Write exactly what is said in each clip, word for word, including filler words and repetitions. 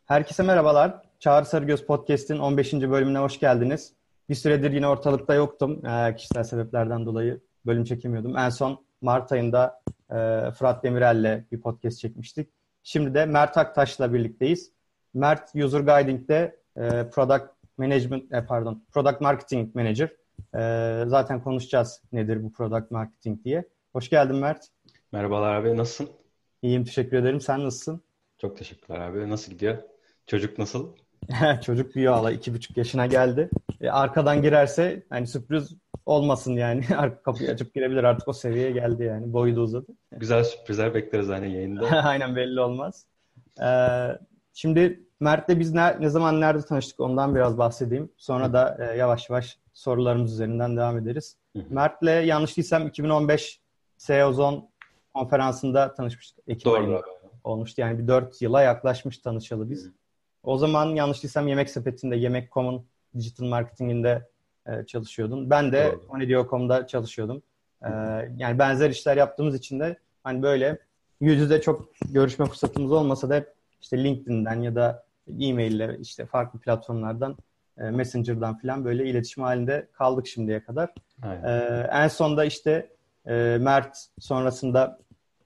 Herkese merhabalar. Çağrı Sarıgöz Podcast'in on beşinci bölümüne hoş geldiniz. Bir süredir yine ortalıkta yoktum. Ee, kişisel sebeplerden dolayı bölüm çekemiyordum. En son Mart ayında e, Fırat Demirel'le bir podcast çekmiştik. Şimdi de Mert Aktaş'la birlikteyiz. Mert User Guiding'de e, Product Management, e, pardon, Product Marketing Manager. E, zaten konuşacağız nedir bu Product Marketing diye. Hoş geldin Mert. Merhabalar abi, nasılsın? İyiyim, teşekkür ederim. Sen nasılsın? Çok teşekkürler abi. Nasıl gidiyor? Çocuk nasıl? Çocuk büyüyor hala iki buçuk yaşına geldi. E, arkadan girerse hani sürpriz olmasın yani. Arka kapıyı açıp girebilir, artık o seviyeye geldi yani. Boyu da uzadı. Güzel sürprizler bekleriz hani yayında. Aynen, belli olmaz. Ee, şimdi Mert'le biz ne, ne zaman nerede tanıştık ondan biraz bahsedeyim. Sonra da e, yavaş yavaş sorularımız üzerinden devam ederiz. Mert'le yanlış değilsem iki bin on beş S E O Zone konferansında tanışmıştık. Ekim Doğru ayında abi. olmuştu. Yani bir dört yıla yaklaşmış tanışalı biz. O zaman yanlış değilsem Yemek Sepeti'nde, yemek nokta com'un digital marketinginde e, çalışıyordun. Ben de Onidio nokta com'da çalışıyordum. E, yani benzer işler yaptığımız için de hani böyle yüz yüze çok görüşme fırsatımız olmasa da hep işte LinkedIn'den ya da e-mail'le işte farklı platformlardan, e, Messenger'dan falan böyle iletişim halinde kaldık şimdiye kadar. E, en sonda işte e, Mert sonrasında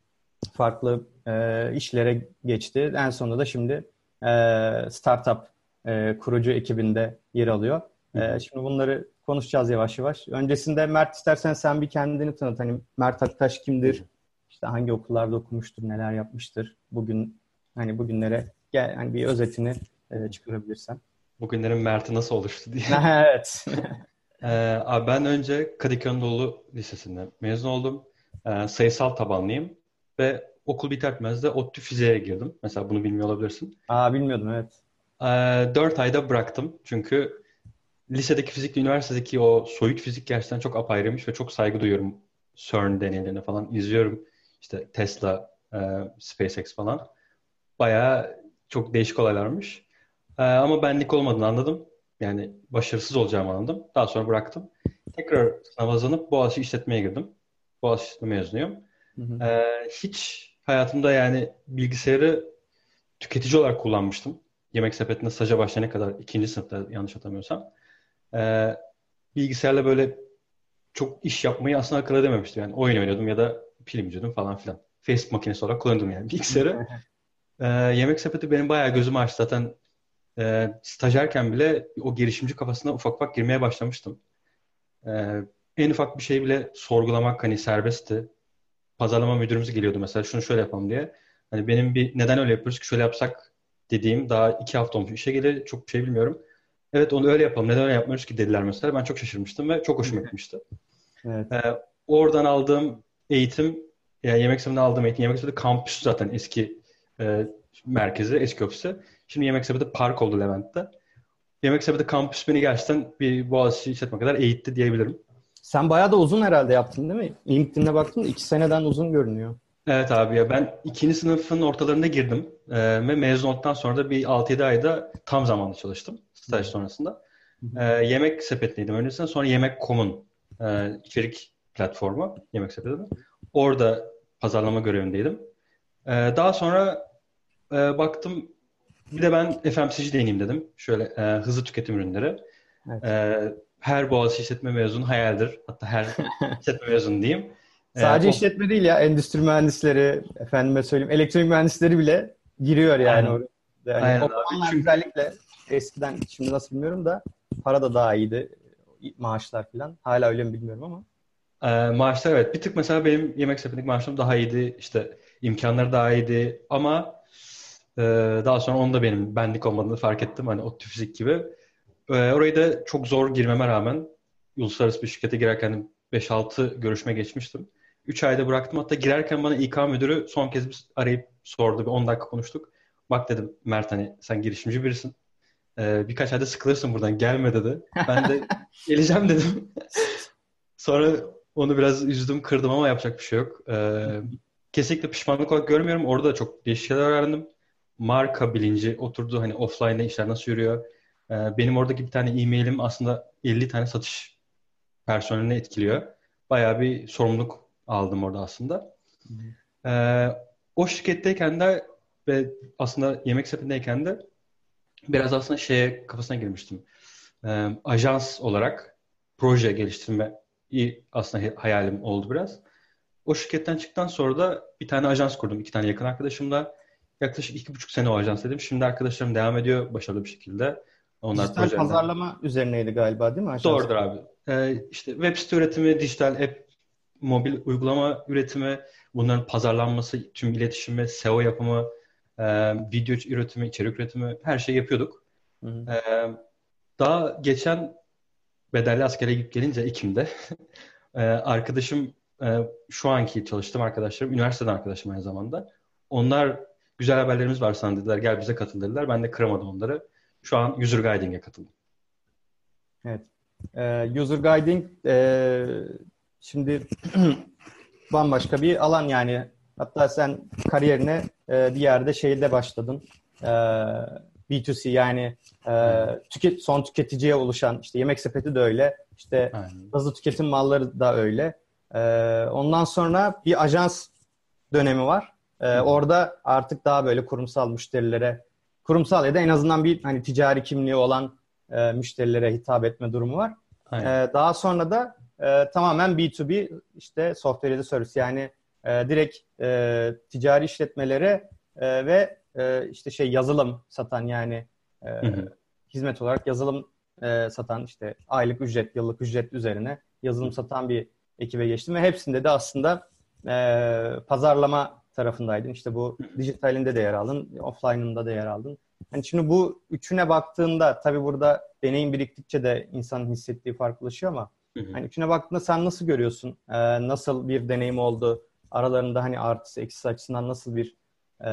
farklı e, işlere geçti. En sonunda da şimdi e, startup e, kurucu ekibinde yer alıyor. E, şimdi bunları konuşacağız yavaş yavaş. Öncesinde Mert, istersen sen bir kendini tanıt. Hani Mert Aktaş kimdir? İşte hangi okullarda okumuştur, neler yapmıştır? Bugün hani bugünlere gel, hani bir özetini e, çıkarabilirsen. Bugünlerin Mert'i nasıl oluştu diye. Evet. ee, abi ben önce Kadıköy Anadolu Lisesi'nde mezun oldum. Ee, sayısal tabanlıyım ve okul biter bitmez de ODTÜ Fiziğe girdim. Mesela bunu bilmiyor olabilirsin. Aa, bilmiyordum, evet. Ee, dört ayda bıraktım. Çünkü lisedeki fizikle üniversitedeki o soyut fizik gerçekten çok apayrıymış ve çok saygı duyuyorum. CERN deneylerini falan izliyorum. İşte Tesla, e, SpaceX falan. Bayağı çok değişik olaylarmış. Ee, ama benlik olmadığını anladım. Yani başarısız olacağımı anladım. Daha sonra bıraktım. Tekrar sınava hazırlanıp Boğaziçi işletmeye girdim. Boğaziçi işletme mezunuyum. Hı hı. Ee, hiç hayatımda yani bilgisayarı tüketici olarak kullanmıştım. Yemek Sepeti'nde staja başlayana kadar, ikinci sınıfta yanlış hatırlamıyorsam. Ee, bilgisayarla böyle çok iş yapmayı aslında akıl edememiştim. Yani oyun oynuyordum ya da film izliyordum falan filan. Facebook makinesi olarak kullanıyordum yani bilgisayarı. Ee, Yemek Sepeti benim bayağı gözümü açtı. Zaten e, stajyerken bile o girişimci kafasına ufak ufak girmeye başlamıştım. Ee, en ufak bir şey bile sorgulamak hani serbestti. Pazarlama müdürümüz geliyordu mesela şunu şöyle yapalım diye. Hani benim bir neden öyle yapıyoruz ki şöyle yapsak dediğim daha iki hafta olmuş işe gelir çok bir şey bilmiyorum. Evet onu öyle yapalım neden öyle yapmıyoruz ki dediler mesela. Ben çok şaşırmıştım ve çok hoşuma gitmişti. Evet. Ee, oradan aldığım eğitim yani yemek sepetinde aldığım eğitim yemek sepeti kampüs zaten eski e, merkezi eski ofisi. Şimdi yemek sepeti park oldu Levent'te. Yemek sepeti kampüs beni gerçekten bir Boğaziçi işletme kadar eğitti diyebilirim. Sen bayağı da uzun herhalde yaptın değil mi? LinkedIn'e baktım da iki seneden uzun görünüyor. Evet abi ya ben ikinci sınıfın ortalarında girdim Ee, ve mezun olduktan sonra da bir altı yedi ayda tam zamanlı çalıştım staj sonrasında. Ee, yemek sepetindeydim öncesinde sonra yemek nokta com'un e, içerik platformu yemek sepetinde. Orada pazarlama görevindeydim. Ee, daha sonra e, baktım bir de ben F M C G deneyeyim dedim. Şöyle e, hızlı tüketim ürünleri. Evet. Ee, her Boğaziçi işletme mezunu hayaldir. Hatta her işletme mezunu diyeyim. Ee, Sadece o, işletme değil ya, endüstri mühendisleri, efendime söyleyeyim, elektrik mühendisleri bile giriyor yani aynen. oraya. Yani Aynen o abi. zamanlar Çünkü özellikle eskiden, şimdi nasıl bilmiyorum da para da daha iyiydi. Maaşlar falan. Hala öyle mi bilmiyorum ama. e, maaşlar evet bir tık mesela benim yemek sepetindeki maaşlarım daha iyiydi. İşte imkanları daha iyiydi ama e, daha sonra onun da benim benlik olmadığını fark ettim. Hani ODTÜ fizik gibi. E, orayı da çok zor girmeme rağmen uluslararası bir şirkete girerken beş altı görüşme geçmiştim. üç ayda bıraktım. Hatta girerken bana İK müdürü son kez bir arayıp sordu. Bir on dakika konuştuk. Bak dedim Mert hani sen girişimci birisin. E, birkaç ayda sıkılırsın buradan gelme dedi. Ben de geleceğim dedim. Sonra onu biraz üzdüm, kırdım ama yapacak bir şey yok. Ee, kesinlikle pişmanlık olarak görmüyorum. Orada da çok değişik şeyler öğrendim. Marka bilinci oturdu. Hani offline'da işler nasıl yürüyor? Ee, benim oradaki bir tane e-mailim aslında elli tane satış personelini etkiliyor. Bayağı bir sorumluluk aldım orada aslında. Ee, o şirketteyken de ve aslında yemek sepetindeyken de biraz aslında şeye kafasına girmiştim. Ee, ajans olarak proje geliştirme aslında he- hayalim oldu biraz. O şirketten çıktıktan sonra da bir tane ajans kurdum. İki tane yakın arkadaşımla. Yaklaşık iki buçuk sene o ajans dedim. Şimdi arkadaşlarım devam ediyor başarılı bir şekilde. Onlar Dijital projelerinden. pazarlama üzerineydi galiba değil mi ajans? Doğrudur abi. Ee, işte web site üretimi, dijital app, mobil uygulama üretimi, bunların pazarlanması, tüm iletişimi, S E O yapımı, e, video üretimi, içerik üretimi her şeyi yapıyorduk. Hı hı. Ee, daha geçen bedelli askere gidip gelince Ekim'de e, arkadaşım, e, şu anki çalıştığım arkadaşlarım, üniversiteden arkadaşım aynı zamanda. Onlar güzel haberlerimiz var sana dediler. Gel bize katıl dediler. Ben de kıramadım onları. Şu an User Guiding'e katıldım. Evet. Ee, user guiding e, şimdi bambaşka bir alan yani. Hatta sen kariyerine e, bir yerde şeyde başladın. E, B iki C yani e, tüket, son tüketiciye oluşan işte Yemek Sepeti de öyle. İşte Aynen. hızlı tüketim malları da öyle. E, ondan sonra bir ajans dönemi var. E, orada artık daha böyle kurumsal müşterilere, kurumsal ya da en azından bir hani ticari kimliği olan e, müşterilere hitap etme durumu var. E, daha sonra da e, tamamen B iki B işte software as a service yani e, direkt e, ticari işletmelere e, ve e, işte şey yazılım satan yani e, Hı hı. hizmet olarak yazılım e, satan işte aylık ücret, yıllık ücret üzerine yazılım satan bir ekibe geçtim ve hepsinde de aslında e, pazarlama tarafındaydın. İşte bu dijitalinde de yer aldın, offline'ında da yer aldın. Yani şimdi bu üçüne baktığında tabii burada deneyim biriktikçe de insanın hissettiği farklılaşıyor ama Hı hı. hani üçüne baktığında sen nasıl görüyorsun? Ee, nasıl bir deneyim oldu? Aralarında hani artısı eksisi açısından nasıl bir e,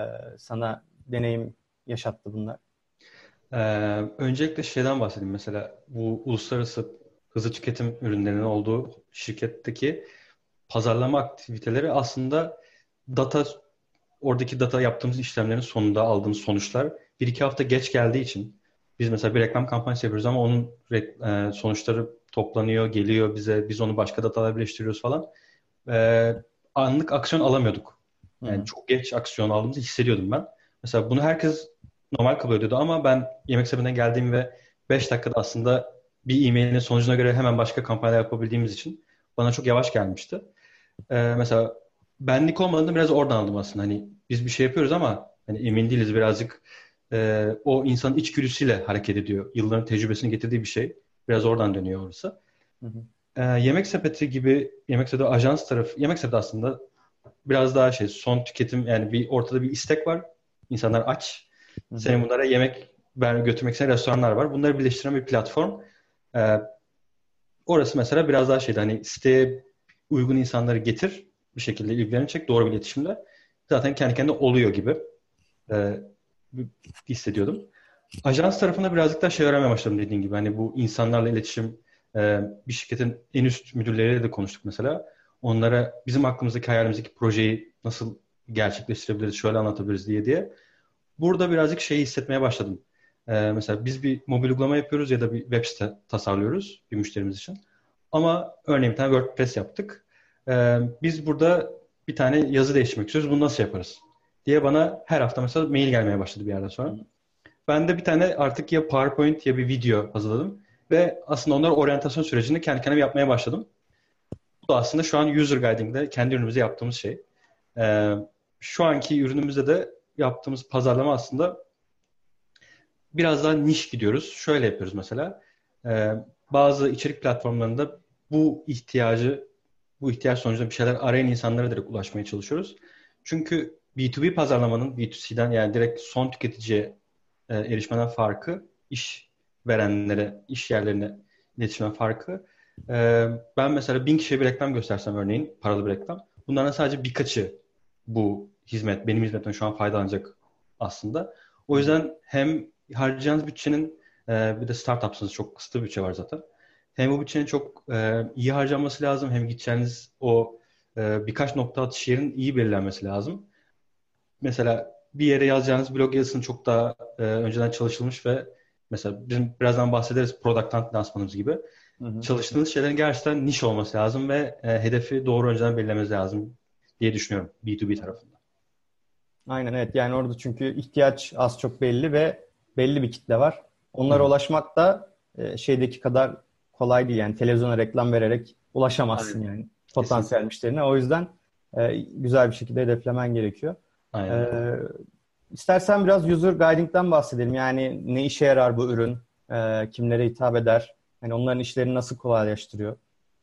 sana deneyim yaşattı bunlar? Ee, öncelikle şeyden bahsedeyim. Mesela bu uluslararası hızlı tüketim ürünlerinin olduğu şirketteki pazarlama aktiviteleri aslında data, oradaki data yaptığımız işlemlerin sonunda aldığımız sonuçlar bir iki hafta geç geldiği için biz mesela bir reklam kampanyası yapıyoruz ama onun re- e, sonuçları toplanıyor, geliyor bize, biz onu başka datalarla birleştiriyoruz falan. Ee, anlık aksiyon alamıyorduk. Hı Yani hı. çok geç aksiyon aldığımızı hissediyordum ben. Mesela bunu herkes normal kabul ediyordu ama ben Yemek Sepeti'ne geldiğim ve beş dakikada aslında bir e-mailin sonucuna göre hemen başka kampanyalar yapabildiğimiz için bana çok yavaş gelmişti. Ee, mesela benlik olmadığını biraz oradan aldım aslında. Hani biz bir şey yapıyoruz ama hani emin değiliz birazcık. E, o insanın içgüdüsüyle hareket ediyor. Yılların tecrübesini getirdiği bir şey. Biraz oradan dönüyor orası. Hı hı. E, Yemek Sepeti gibi, Yemek Sepeti ajans tarafı, Yemek Sepeti aslında biraz daha şey, son tüketim, yani bir ortada bir istek var. İnsanlar aç. Hı hı. Senin bunlara yemek ver, götürmek isteyen restoranlar var. Bunları birleştiren bir platform. E, orası mesela biraz daha şeydi, hani siteye uygun insanları getir, bir şekilde ilgilerini çek, doğru bir iletişimle. Zaten kendi kendine oluyor gibi e, hissediyordum. Ajans tarafında birazcık daha şey öğrenmeye başladım dediğin gibi. Hani bu insanlarla iletişim, e, bir şirketin en üst müdürleriyle de konuştuk mesela. Onlara bizim aklımızdaki, hayalimizdeki projeyi nasıl gerçekleştirebiliriz, şöyle anlatabiliriz diye diye. Burada birazcık şeyi hissetmeye başladım. E, mesela biz bir mobil uygulama yapıyoruz ya da bir web site tasarlıyoruz bir müşterimiz için. Ama örneğin bir tane WordPress yaptık. E, biz burada bir tane yazı değiştirmek istiyoruz. Bunu nasıl yaparız diye bana her hafta mesela mail gelmeye başladı bir yerden sonra. Ben de bir tane artık ya PowerPoint ya bir video hazırladım. Ve aslında onları oryantasyon sürecinde kendi kendime yapmaya başladım. Bu da aslında şu an User Guiding'de kendi ürünümüzde yaptığımız şey. Ee, şu anki ürünümüzde de yaptığımız pazarlama aslında biraz daha niş gidiyoruz. Şöyle yapıyoruz mesela. Ee, bazı içerik platformlarında bu ihtiyacı, bu ihtiyaç sonucunda bir şeyler arayan insanlara direkt ulaşmaya çalışıyoruz. Çünkü B iki B pazarlamanın B iki C'den, yani direkt son tüketiciye e, erişmeden farkı, iş verenlere, iş yerlerine iletişimden farkı. E, ben mesela bin kişiye bir reklam göstersem örneğin, paralı bir reklam. Bunlardan sadece birkaçı bu hizmet, benim hizmetten şu an faydalanacak aslında. O yüzden hem harcayacağınız bütçenin, e, bir de startupsınız, çok kısıtlı bir bütçe var zaten. Hem bu bütçenin çok e, iyi harcanması lazım, hem gideceğiniz o e, birkaç nokta atış yerin iyi belirlenmesi lazım. Mesela bir yere yazacağınız blog yazısının çok daha e, önceden çalışılmış ve mesela bizim birazdan bahsederiz product'tan lansmanımız gibi. Hı hı. Çalıştığınız şeylerin gerçekten niş olması lazım ve e, hedefi doğru önceden belirlemeniz lazım diye düşünüyorum B iki B tarafında. Aynen evet yani orada çünkü ihtiyaç az çok belli ve belli bir kitle var. Onlara Hı. ulaşmak da e, şeydeki kadar kolay değil. Yani televizyona reklam vererek ulaşamazsın Aynen. yani Kesinlikle. potansiyel müşterine. O yüzden e, güzel bir şekilde hedeflemen gerekiyor. E, Aynen. istersen biraz user guiding'den bahsedelim. Yani ne işe yarar bu ürün? E, kimlere hitap eder? Yani onların işlerini nasıl kolaylaştırıyor?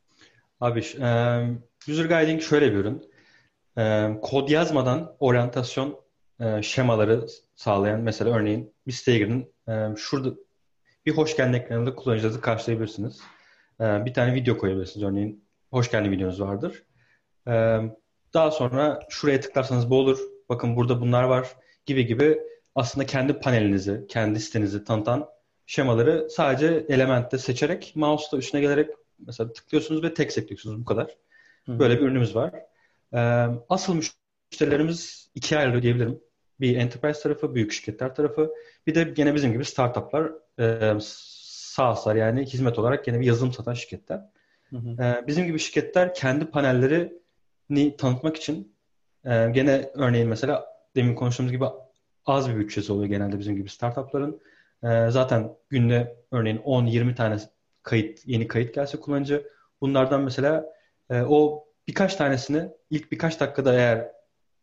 Abi ş- e, user guiding şöyle bir ürün. E, kod yazmadan oryantasyon e, şemaları sağlayan, mesela örneğin bir siteye girin. E, şurada bir hoş geldin ekranında kullanıcıları karşılayabilirsiniz. E, bir tane video koyabilirsiniz. Örneğin hoş geldin videonuz vardır. E, daha sonra şuraya tıklarsanız bu olur. Bakın burada bunlar var gibi gibi, aslında kendi panelinizi, kendi sitenizi tanıtan şemaları sadece Element'te seçerek, mouse'la üstüne gelerek mesela tıklıyorsunuz ve tek ekliyorsunuz. Bu kadar. Hı hı. Böyle bir ürünümüz var. Ee, asıl müşterilerimiz ikiye ayrılıyor diyebilirim. Bir enterprise tarafı, büyük şirketler tarafı. Bir de gene bizim gibi startuplar, e, SaaS'lar, yani hizmet olarak gene bir yazılım satan şirketler. Hı hı. Ee, bizim gibi şirketler kendi panellerini tanıtmak için e, gene örneğin mesela demin konuştuğumuz gibi az bir bütçesi oluyor genelde bizim gibi startupların. Ee, zaten günde örneğin on yirmi tane kayıt, yeni kayıt gelse kullanıcı. Bunlardan mesela e, o birkaç tanesini ilk birkaç dakikada eğer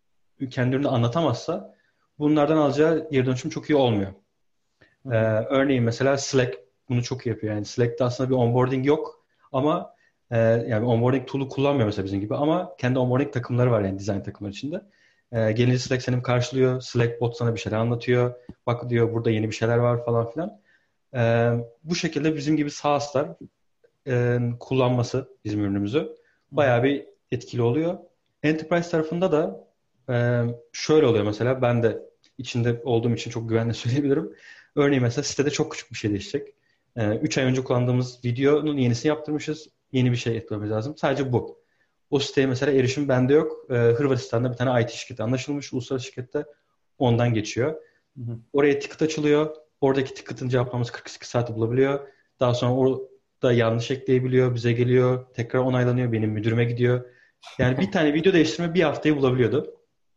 kendi ürünü anlatamazsa bunlardan alacağı geri dönüşüm çok iyi olmuyor. Hı Ee, hı. örneğin mesela Slack bunu çok iyi yapıyor. Yani Slack'te aslında bir onboarding yok ama e, yani onboarding tool'u kullanmıyor mesela bizim gibi, ama kendi onboarding takımları var, yani design takımları içinde. E, gelince Slack seni karşılıyor. Slack bot sana bir şeyler anlatıyor. Bak diyor, burada yeni bir şeyler var falan filan. E, bu şekilde bizim gibi SaaS'lar e, kullanması bizim ürünümüzü Hı hı. bayağı bir etkili oluyor. Enterprise tarafında da e, şöyle oluyor mesela, ben de içinde olduğum için çok güvenle söyleyebilirim. Örneğin mesela sitede çok küçük bir şey değişecek. üç ay önce kullandığımız videonun yenisini yaptırmışız. Yeni bir şey eklememiz lazım. Sadece bu. O siteye mesela erişim bende yok. E, Hırvatistan'da bir tane I T şirketi anlaşılmış. Uluslararası şirkette ondan geçiyor. Hı hı. Oraya ticket açılıyor. Oradaki ticket'ın cevaplaması kırk iki saati bulabiliyor. Daha sonra orada yanlış ekleyebiliyor. Bize geliyor. Tekrar onaylanıyor. Benim müdürüme gidiyor. Yani bir tane video değiştirme bir haftayı bulabiliyordu.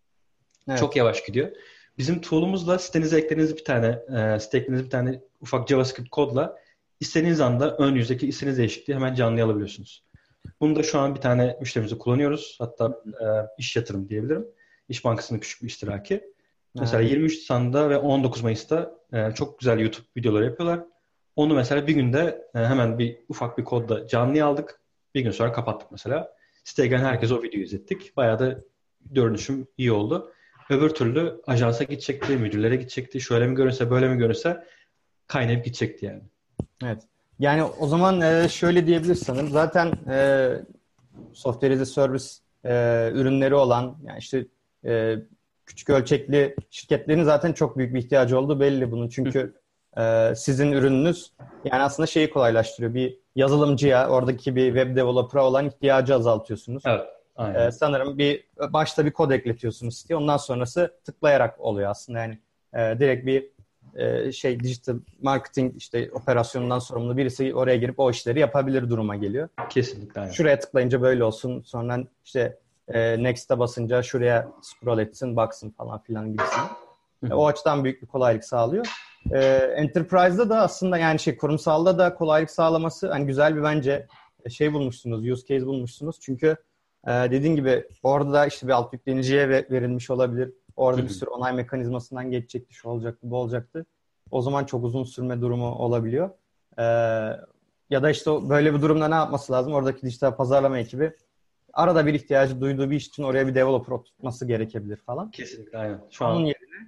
Çok Evet. yavaş gidiyor. Bizim tool'umuzla sitenize eklediğiniz bir tane, e, site eklediğiniz bir tane ufak JavaScript kodla istediğiniz anda ön yüzdeki istediğiniz değişikliği hemen canlıya alabiliyorsunuz. Bunu da şu an bir tane müşterimizi kullanıyoruz. Hatta e, iş yatırım diyebilirim. İş Bankası'nın küçük bir iştiraki. Mesela Ha. yirmi üç Nisan'da ve on dokuz Mayıs'ta e, çok güzel YouTube videoları yapıyorlar. Onu mesela bir günde e, hemen bir ufak bir kodla canlıya aldık. Bir gün sonra kapattık mesela. Siteye gelen herkese o videoyu izlettik. Bayağı da dönüşüm iyi oldu. Öbür türlü ajansa gidecekti, müdürlere gidecekti. Şöyle mi görünse, böyle mi görünse kaynayıp gidecekti yani. Evet. Yani o zaman e, şöyle diyebiliriz sanırım. Zaten e, software as a service e, ürünleri olan yani işte e, küçük ölçekli şirketlerin zaten çok büyük bir ihtiyacı olduğu belli bunun. Çünkü e, sizin ürününüz yani aslında şeyi kolaylaştırıyor. Bir yazılımcıya, oradaki bir web developer'a olan ihtiyacı azaltıyorsunuz. Evet, E, aynen. sanırım bir başta bir kod ekletiyorsunuz siteye. Ondan sonrası tıklayarak oluyor aslında. Yani e, direkt bir e, şey digital marketing işte operasyonundan sorumlu birisi oraya girip o işleri yapabilir duruma geliyor. Kesinlikle aynen. Şuraya tıklayınca böyle olsun. Sonra işte e, Next'e basınca şuraya scroll etsin, baksın falan filan gibisinden. Hı E, hı. o açıdan büyük bir kolaylık sağlıyor. E, Enterprise'da da aslında yani şey kurumsalda da kolaylık sağlaması hani güzel bir bence şey bulmuşsunuz, use case bulmuşsunuz. Çünkü e, dediğin gibi orada da işte bir alt yükleniciye verilmiş olabilir. Hı Orada bir hı. sürü onay mekanizmasından geçecekti, şu olacaktı, bu olacaktı. O zaman çok uzun sürme durumu olabiliyor. E, ya da işte böyle bir durumda ne yapması lazım? Oradaki dijital pazarlama ekibi arada bir ihtiyacı duyduğu bir iş için oraya bir developer oturtması gerekebilir falan. Kesinlikle aynen. Şu Onun an yerine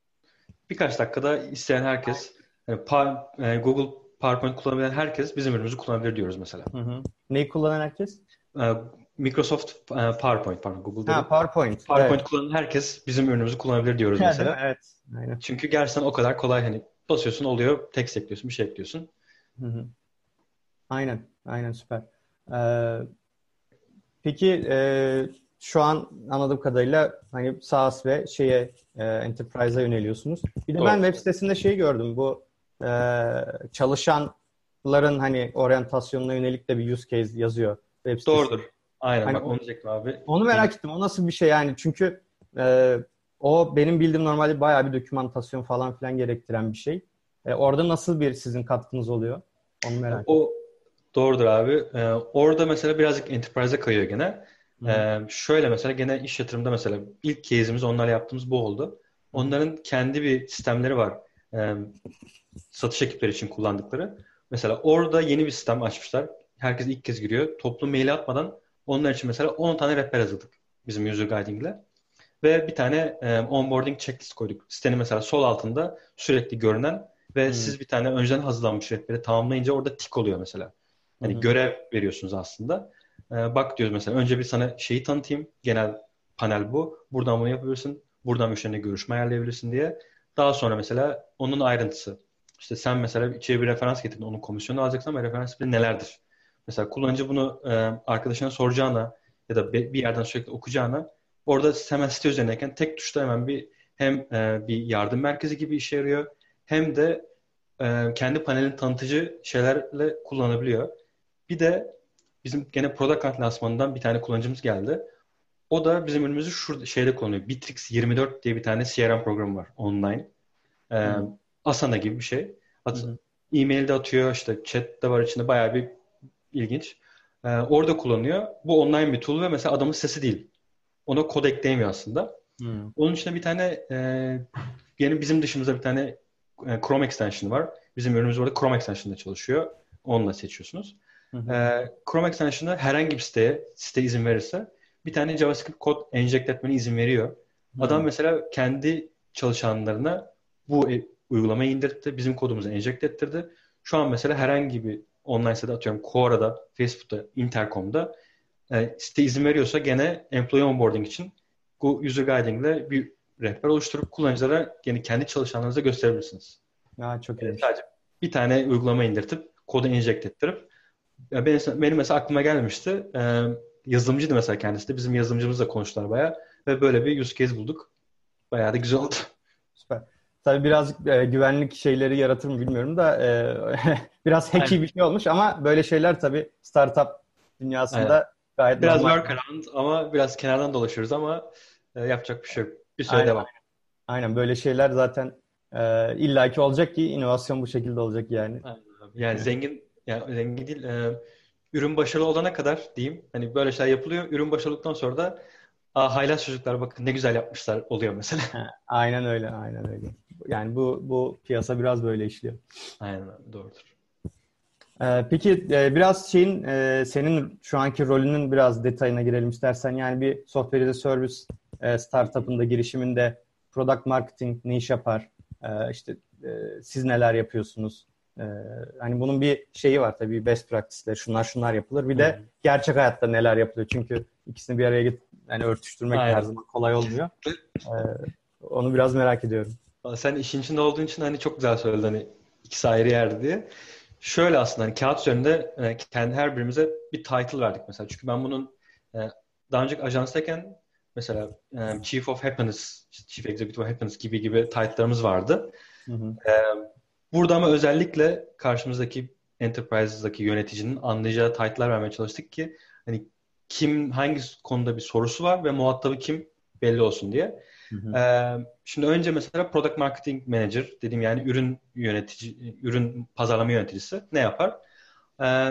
birkaç dakikada isteyen herkes, yani pa- e, Google PowerPoint kullanabilen herkes bizim ürünümüzü kullanabilir diyoruz mesela. hı hı. Neyi kullanan herkes? E, Microsoft e, PowerPoint, pardon, Google Ha, dedim. PowerPoint. PowerPoint Evet. kullanan herkes bizim ürünümüzü kullanabilir diyoruz Değil mi? mesela. Evet. Aynen. Çünkü gerçekten o kadar kolay, hani basıyorsun oluyor, text ekliyorsun, bir şey ekliyorsun. Hı hı. Aynen. Aynen süper. Ee, peki e, şu an anladığım kadarıyla hani SaaS ve şeye e, Enterprise'a yöneliyorsunuz. Bir de ben Doğru. web sitesinde şey gördüm. Bu e, çalışanların hani oryantasyonuna yönelik de bir use case yazıyor web sitesinde. Doğrudur. Aynen, Hani bak o- onu diyecektim abi. onu Yeni. merak ettim. O nasıl bir şey yani? Çünkü e, o benim bildiğim normalde bayağı bir dokümantasyon falan filan gerektiren bir şey. E, orada nasıl bir sizin katkınız oluyor? Onu merak ediyorum. O doğrudur abi. Ee, orada mesela birazcık enterprise'e kayıyor gene. Hı hı. Ee, şöyle mesela gene iş yatırımda mesela ilk case'imiz onlarla yaptığımız bu oldu. Hı hı. Onların kendi bir sistemleri var. Ee, satış ekipleri için kullandıkları. Mesela orada yeni bir sistem açmışlar. Herkes ilk kez giriyor. Toplu maili atmadan onlar için mesela on tane rehber hazırladık bizim user guiding'le. Ve bir tane e, onboarding checklist koyduk. Sitenin mesela sol altında sürekli görünen ve Hı siz bir tane önceden hazırlanmış rehberi tamamlayınca orada tik oluyor mesela. Hani hı. görev veriyorsunuz aslında. E, bak diyoruz mesela önce bir sana şeyi tanıtayım. Genel panel bu. Buradan bunu yapabilirsin. Buradan müşteriyle görüşme ayarlayabilirsin diye. Daha sonra mesela onun ayrıntısı. İşte sen mesela içeri bir referans getirdin. Onun komisyonu alacaksan ama referans bir nelerdir? Mesela kullanıcı bunu e, arkadaşına soracağına ya da bir yerden sürekli okuyacağına orada hemen site üzerindeyken tek tuşla hemen bir hem e, bir yardım merkezi gibi işe yarıyor hem de e, kendi panelin tanıtıcı şeylerle kullanabiliyor. Bir de bizim gene Product Hunt lansmanından bir tane kullanıcımız geldi. O da bizim ürünümüzü şurada şeyde kullanıyor. Bitrix yirmi dört diye bir tane C R M programı var online. E, Hı Asana gibi bir şey. At, hı. e-mail de atıyor, işte chat de var içinde bayağı bir ilginç. E, orada kullanıyor. Bu online bir tool ve mesela adamın sesi değil. Ona kod ekleyemiyor aslında. Hı Onun içinde bir tane e, yeni bizim dışımızda bir tane e, Chrome extension var. Bizim ürünümüz orada Chrome extension'da çalışıyor. Onunla seçiyorsunuz. hı. E, Hı. Chrome extension'da herhangi bir siteye, site izin verirse bir tane JavaScript kod enjekte etmene izin veriyor. Adam Hı. mesela kendi çalışanlarına bu e, uygulamayı indirtti. Bizim kodumuzu enjekte ettirdi. Şu an mesela herhangi bir online sitede atıyorum Quora'da, Facebook'ta, Intercom'da e, site izin veriyorsa gene employee onboarding için bu user guiding ile bir rehber oluşturup kullanıcılara yani kendi çalışanlarınıza gösterebilirsiniz. Ya, çok Yani iyiymiş. sadece bir tane uygulama indirtip kodu enjekte ettirip ya benim, benim mesela aklıma gelmişti. Ee, yazılımcıydı mesela kendisi de. Bizim yazılımcımızla konuştular bayağı ve böyle bir use case bulduk. Bayağı da güzel oldu. Süper. Tabii birazcık e, güvenlik şeyleri yaratır mı bilmiyorum da e, biraz hacky Aynen. bir şey olmuş ama böyle şeyler tabii startup Aynen. dünyasında gayet Biraz normal. workaround ama biraz kenardan dolaşıyoruz ama e, yapacak bir şey yok. Bir süre Aynen, devam. aynen böyle şeyler zaten e, illaki olacak ki inovasyon bu şekilde olacak yani. Aynen abi. Yani zengin yani zengin değil e, ürün başarılı olana kadar diyeyim. Hani böyle şeyler yapılıyor. Ürün başarılı olduktan sonra da aa, haylaz çocuklar bakın ne güzel yapmışlar oluyor mesela. Ha, aynen öyle, aynen öyle. Yani bu bu piyasa biraz böyle işliyor. Aynen abi, doğrudur. Ee, peki e, biraz şeyin e, senin şu anki rolünün biraz detayına girelim istersen. Yani bir software as a service e, startup'ında girişiminde product marketing ne iş yapar? E, işte e, siz neler yapıyorsunuz? E, hani bunun bir şeyi var tabii best practice'ler şunlar şunlar yapılır. Bir Hı de hı. gerçek hayatta neler yapılıyor? Çünkü ikisini bir araya get yani örtüştürmek de her Aynen. zaman kolay olmuyor. Kesinlikle. E, onu biraz merak ediyorum. Sen işin içinde olduğun için hani çok güzel söyledin hani ikisi ayrı yerde diye. Şöyle aslında hani kağıt üzerinde e, kendi her birimize bir title verdik mesela. Çünkü ben bunun e, daha önce ajanstayken mesela e, Chief of Happiness, Chief Executive of Happiness gibi gibi title'larımız vardı. Hı hı. E, Burada ama özellikle karşımızdaki enterprise'daki yöneticinin anlayacağı title'lar vermeye çalıştık ki hani kim hangi konuda bir sorusu var ve muhatabı kim belli olsun diye. Hı hı. Ee, şimdi önce mesela Product Marketing Manager dediğim yani ürün yönetici, ürün pazarlama yöneticisi ne yapar? Ee,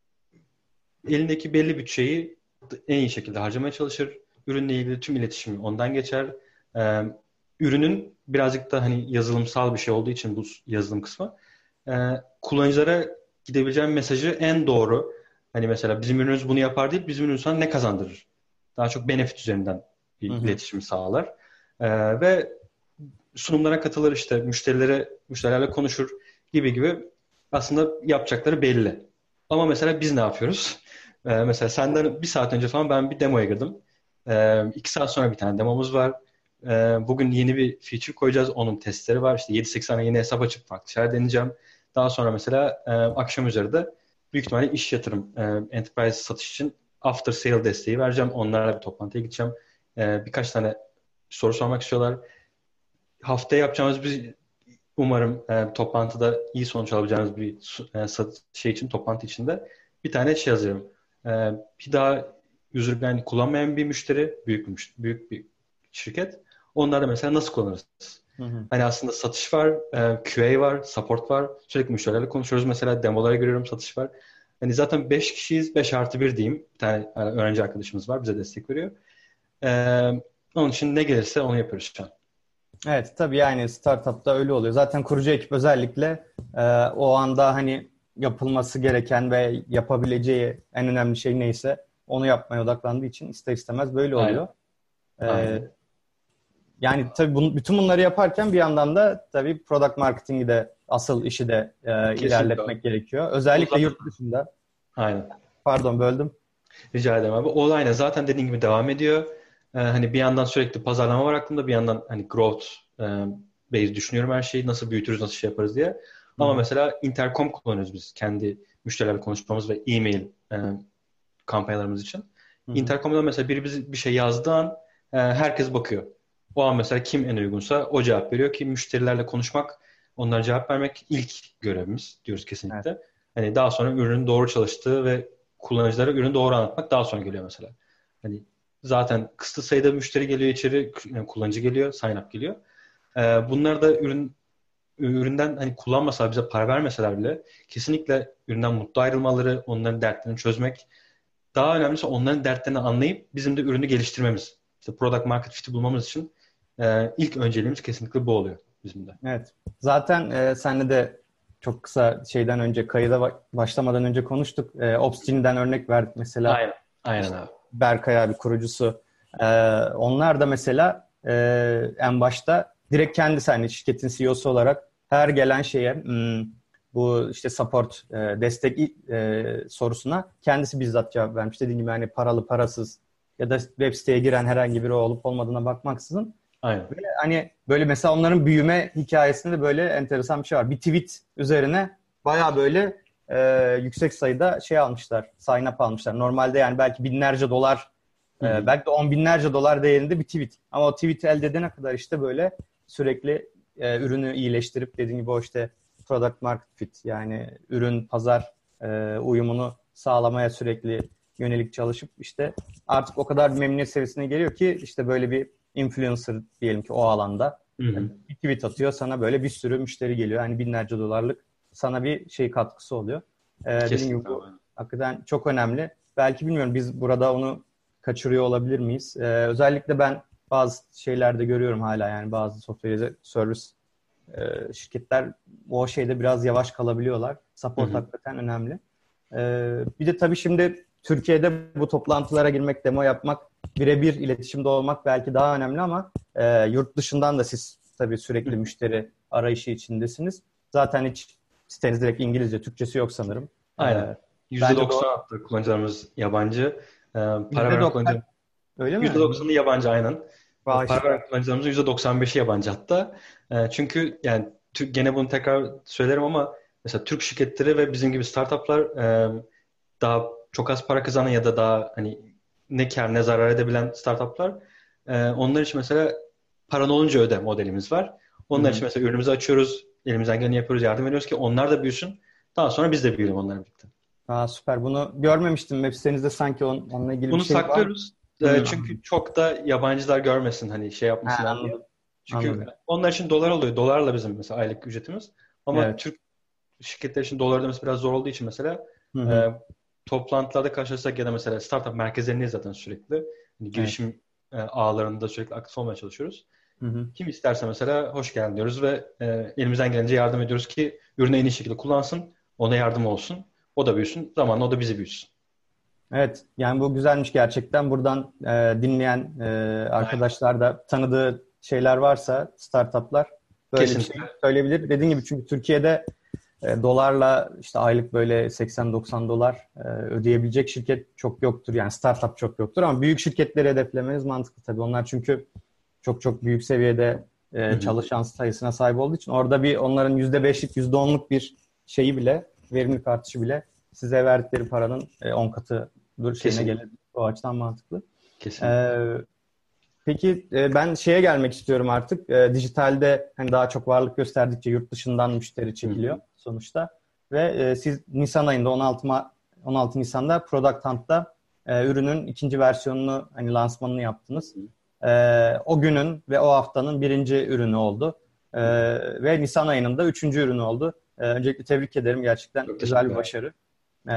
Elindeki belli bütçeyi en iyi şekilde harcamaya çalışır. Ürünle ilgili tüm iletişimi ondan geçer. Ee, ürünün birazcık da hani yazılımsal bir şey olduğu için bu yazılım kısmı e, kullanıcılara gidebileceğim mesajı en doğru hani mesela bizim ürünümüz bunu yapar değil bizim ürünümüz sana ne kazandırır? Daha çok benefit üzerinden bir Hı hı. iletişim sağlar. Ee, ve sunumlara katılır işte müşterilere müşterilerle konuşur gibi gibi aslında yapacakları belli. Ama mesela biz ne yapıyoruz? Ee, mesela senden bir saat önce falan ben bir demoya girdim. Ee, iki saat sonra bir tane demomuz var. Ee, bugün yeni bir feature koyacağız. Onun testleri var. İşte yedi sekiz tane yeni hesap açıp farklı şeyler deneyeceğim. Daha sonra mesela e, akşam üzeri de büyük ihtimalle iş yatırım, e, enterprise satış için after sale desteği vereceğim. Onlarla bir toplantıya gideceğim. Ee, birkaç tane soru sormak istiyorlar. Haftaya yapacağımız bir umarım e, toplantıda iyi sonuç alabileceğimiz bir e, şey için toplantı içinde bir tane şey yazıyorum. E, bir daha user guide kullanmayan bir müşteri, büyük bir müşteri, büyük bir şirket. Onları mesela nasıl kullanırız? Hı hı. Hani aslında satış var, e, Q A var, support var. Sürekli müşterilerle konuşuyoruz. Mesela demolara görüyorum, satış var. Hani zaten beş kişiyiz, beş artı bir diyeyim. Bir tane yani öğrenci arkadaşımız var, bize destek veriyor. E, Onun için ne gelirse onu yapıyoruz şu an. Evet, tabii yani startupta öyle oluyor. Zaten kurucu ekip özellikle e, o anda hani yapılması gereken ve yapabileceği en önemli şey neyse onu yapmaya odaklandığı için ister istemez böyle Aynen, oluyor. E, aynen. Yani tabii bunu, bütün bunları yaparken bir yandan da tabii product marketing'i de asıl işi de e, Kesinlikle. ilerletmek gerekiyor. O Özellikle zaten, yurt dışında. aynen. Pardon, böldüm. Rica ederim abi. O aynen zaten dediğin gibi devam ediyor. Ee, hani bir yandan sürekli pazarlama var aklımda, bir yandan hani growth e, based düşünüyorum her şeyi. Nasıl büyütürüz, nasıl şey yaparız diye. Hı Ama hı. mesela Intercom kullanıyoruz biz kendi müşterilerle konuşmamız ve e-mail e, kampanyalarımız için. Hı hı. Intercom'da mesela biri bizi bir şey yazdığı an e, herkes bakıyor. O an mesela kim en uygunsa o cevap veriyor ki müşterilerle konuşmak, onlara cevap vermek ilk görevimiz diyoruz Evet. kesinlikle. Hani daha sonra ürünün doğru çalıştığı ve kullanıcılara ürünü doğru anlatmak daha sonra geliyor mesela. Hani zaten kısıtlı sayıda müşteri geliyor içeri, yani kullanıcı geliyor, sign up geliyor. Ee, bunlar da ürün üründen hani kullanmasalar, bize para vermeseler bile kesinlikle üründen mutlu ayrılmaları, onların dertlerini çözmek. Daha önemlisi onların dertlerini anlayıp bizim de ürünü geliştirmemiz. İşte product market fit'i bulmamız için e, ilk önceliğimiz kesinlikle bu oluyor bizim de. Evet. Zaten e, senle de çok kısa şeyden önce kayıda ba- başlamadan önce konuştuk. E, Opsgene'den örnek verdik mesela. Aynen. Aynen İşte abi. Berkay abi kurucusu. E, onlar da mesela e, en başta direkt kendisi hani şirketin C E O'su olarak her gelen şeye hmm, bu işte support e, destek e, sorusuna kendisi bizzat cevap vermiş. Dediğim gibi hani paralı parasız ya da web siteye giren herhangi biri olup olmadığına bakmaksızın. Aynen. Ve hani böyle mesela onların büyüme hikayesinde böyle enteresan bir şey var. Bir tweet üzerine bayağı böyle e, yüksek sayıda şey almışlar, sign up almışlar. Normalde yani belki binlerce dolar, Hı e, hı. belki de on binlerce dolar değerinde bir tweet. Ama o tweet'i elde edene kadar işte böyle sürekli e, ürünü iyileştirip dediğim gibi o işte product market fit yani ürün pazar e, uyumunu sağlamaya sürekli yönelik çalışıp işte artık o kadar bir memnuniyet seviyesine geliyor ki işte böyle bir influencer diyelim ki o alanda Hı hı. bir tweet atıyor sana böyle bir sürü müşteri geliyor. Hani binlerce dolarlık sana bir şey katkısı oluyor. Ee, dediğim gibi Kesinlikle bu abi. hakikaten çok önemli. Belki bilmiyorum biz burada onu kaçırıyor olabilir miyiz? Ee, özellikle ben bazı şeylerde görüyorum hala yani bazı software service e, şirketler o şeyde biraz yavaş kalabiliyorlar. Hı Support hı. hakikaten önemli. Ee, bir de tabii şimdi Türkiye'de bu toplantılara girmek, demo yapmak, birebir iletişimde olmak belki daha önemli ama e, yurt dışından da siz tabii Hı sürekli hı. müşteri arayışı içindesiniz. Zaten hiç siteniz direkt İngilizce, Türkçesi yok sanırım. Aynen. Ee, Bence de o yüzde doksan hatta kullanıcılarımız yabancı. Ee, para yüzde veren doksan kullanıcı öyle mi? yüzde doksanı yabancı aynen. Ee, Vay Para süper. veren kullanıcılarımızın yüzde doksan beşi yabancı hatta. Ee, çünkü yani Türk- gene bunu tekrar söylerim ama mesela Türk şirketleri ve bizim gibi startuplar e, daha çok az para kazanan ya da daha hani ne kar ne zarar edebilen startuplar, e, onlar için mesela paran olunca öde modelimiz var. Hı Onlar için hı. mesela ürünümüzü açıyoruz, elimizden geleni yapıyoruz, yardım ediyoruz ki onlar da büyüsün. Daha sonra biz de büyüyelim onlarla birlikte. Aa, süper. Bunu görmemiştim. Web sitenizde sanki on, onunla ilgili bir Bunu şey var mı? saklıyoruz. Hı, E, çünkü anladım. çok da yabancılar görmesin hani şey Ha, yapmasınlar diye. anladım. Çünkü Anladım. onlar için dolar oluyor. Dolarla bizim mesela aylık ücretimiz. Ama Evet. Türk şirketler için dolar ödemesi biraz zor olduğu için mesela Hı e, hı. toplantılarda karşılaşsak ya da mesela startup merkezlerindeyiz zaten sürekli. Hani Evet. girişim e, ağlarında sürekli aktif olmaya çalışıyoruz. Hı hı. Kim isterse mesela hoş geldin diyoruz ve e, elimizden gelince yardım ediyoruz ki ürünü en iyi şekilde kullansın, ona yardım olsun, o da büyüsün, zamanla o da bizi büyüsün. Evet, yani bu güzelmiş gerçekten. Buradan e, dinleyen e, Aynen. arkadaşlar da tanıdığı şeyler varsa, startuplar böyle bir şey Kesinlikle. söyleyebilir. Dediğim gibi çünkü Türkiye'de e, dolarla işte aylık böyle seksen doksan dolar e, ödeyebilecek şirket çok yoktur. Yani startup çok yoktur ama büyük şirketleri hedeflemeniz mantıklı tabii. Onlar çünkü çok çok büyük seviyede Hı e, hı. çalışan sayısına sahip olduğu için orada bir onların yüzde beşlik, yüzde onluk bir şeyi bile, verimlilik artışı bile size verdikleri paranın e, on katı dur şeyine Kesinlikle. gelebilir. O açıdan mantıklı. Kesinlikle. Ee, peki e, ben şeye gelmek istiyorum artık. E, dijitalde hani daha çok varlık gösterdikçe yurt dışından müşteri Hı çekiliyor hı. sonuçta. Ve e, siz Nisan ayında on altı Ma- on altı Nisan'da Product Hunt'ta e, ürünün ikinci versiyonunu hani lansmanını yaptınız. Hı hı. E, o günün ve o haftanın birinci ürünü oldu. E, ve Nisan ayının da üçüncü ürünü oldu. E, öncelikle tebrik ederim. Gerçekten Çok güzel bir teşekkürler. başarı. E,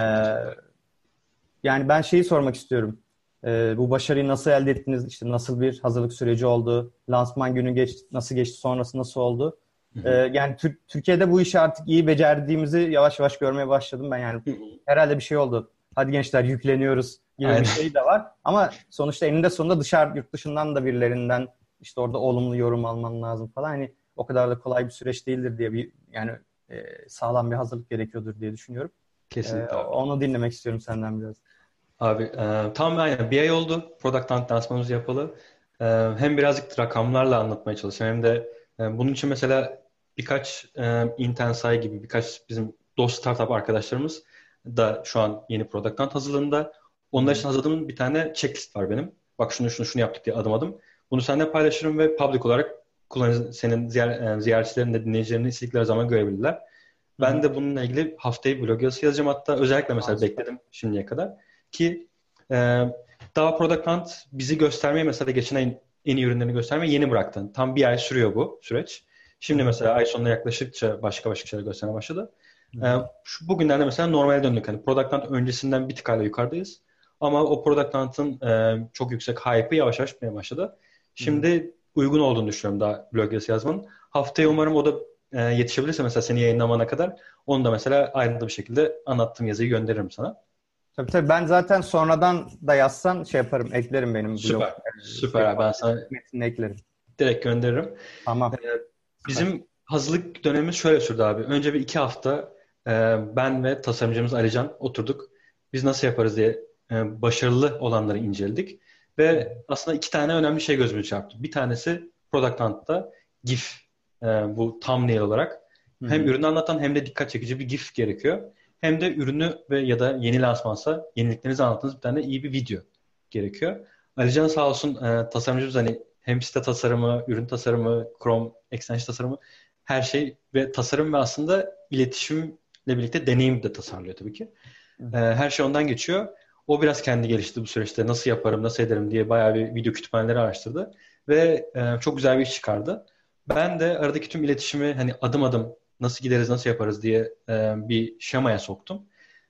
yani ben şeyi sormak istiyorum. E, bu başarıyı nasıl elde ettiniz? İşte nasıl bir hazırlık süreci oldu? Lansman günü geçti, nasıl geçti? Sonrası nasıl oldu? Hı E, hı. yani Tür- Türkiye'de bu işi artık iyi becerdiğimizi yavaş yavaş görmeye başladım ben. Yani Hı hı. herhalde bir şey oldu. Hadi gençler yükleniyoruz gibi bir Aynen. şey de var. Ama sonuçta eninde sonunda dışarı yurt dışından da birilerinden işte orada olumlu yorum alman lazım falan. Hani o kadar da kolay bir süreç değildir diye bir yani e, sağlam bir hazırlık gerekiyordur diye düşünüyorum. E, Kesinlikle abi. onu dinlemek istiyorum senden biraz. Abi e, tam aynen bir ay oldu Product Hunt lansmanımız yapalı. E, hem birazcık rakamlarla anlatmaya çalışıyorum hem de e, bunun için mesela birkaç e, Intensai gibi birkaç bizim dost startup arkadaşlarımız da şu an yeni Product Hunt hazırlığında. Hı Onlar hı. için hazırladığım bir tane checklist var benim. Bak şunu şunu şunu yaptık diye adım adım. Bunu seninle paylaşırım ve public olarak kullanıcı, senin ziyaret, e, ziyaretçilerin de dinleyicilerin de istedikleri zaman görebilirler. Hı Ben hı. de bununla ilgili haftaya blog yazısı yazacağım hatta özellikle Aa, mesela süper. bekledim şimdiye kadar ki e, daha Product Hunt bizi göstermeye mesela geçen ayın en iyi ürünlerini göstermeye yeni bıraktı. Tam bir ay sürüyor bu süreç. Hı Şimdi hı. mesela ay sonuna yaklaştıkça başka başka şeyler göstermeye başladı. Hı E, hı. şu, bugünlerde mesela normale döndük. Hani Product Hunt öncesinden bir tık hala yukarıdayız. Ama o Product Hunt'ın e, çok yüksek hype'ı yavaş yavaş bitmeye başladı. Hı hı. Şimdi uygun olduğunu düşünüyorum daha blog yazısı yazmanın. Haftaya umarım o da e, yetişebilirse mesela seni yayınlamana kadar onu da mesela ayrıntılı bir şekilde anlattığım yazıyı gönderirim sana. Tabii tabii ben zaten sonradan da yazsan şey yaparım, eklerim benim blog Süper. e, Süper şey abi. Ben sana metnini eklerim. direkt gönderirim. Ee, Tamam. Süper. bizim hazırlık dönemimiz şöyle sürdü abi. Önce bir iki hafta e, ben ve tasarımcımız Alican oturduk. Biz nasıl yaparız diye e, başarılı olanları inceledik. Ve aslında iki tane önemli şey gözümüze çarptı. Bir tanesi Product Hunt'ta GIF. E, bu thumbnail olarak. Hı Hem hı. ürünü anlatan hem de dikkat çekici bir GIF gerekiyor. Hem de ürünü ve ya da yeni lansmansa yeniliklerinizi anlattığınız bir tane iyi bir video gerekiyor. Alican sağ olsun e, tasarımcımız hani hem site tasarımı, ürün tasarımı, Chrome extension tasarımı her şey ve tasarım ve aslında iletişimle birlikte deneyim de tasarlıyor tabii ki. Hı E, hı. her şey ondan geçiyor. O biraz kendi gelişti bu süreçte. Nasıl yaparım, nasıl ederim diye bayağı bir video kütüphaneleri araştırdı. Ve e, çok güzel bir iş çıkardı. Ben de aradaki tüm iletişimi hani adım adım nasıl gideriz, nasıl yaparız diye e, bir şemaya soktum.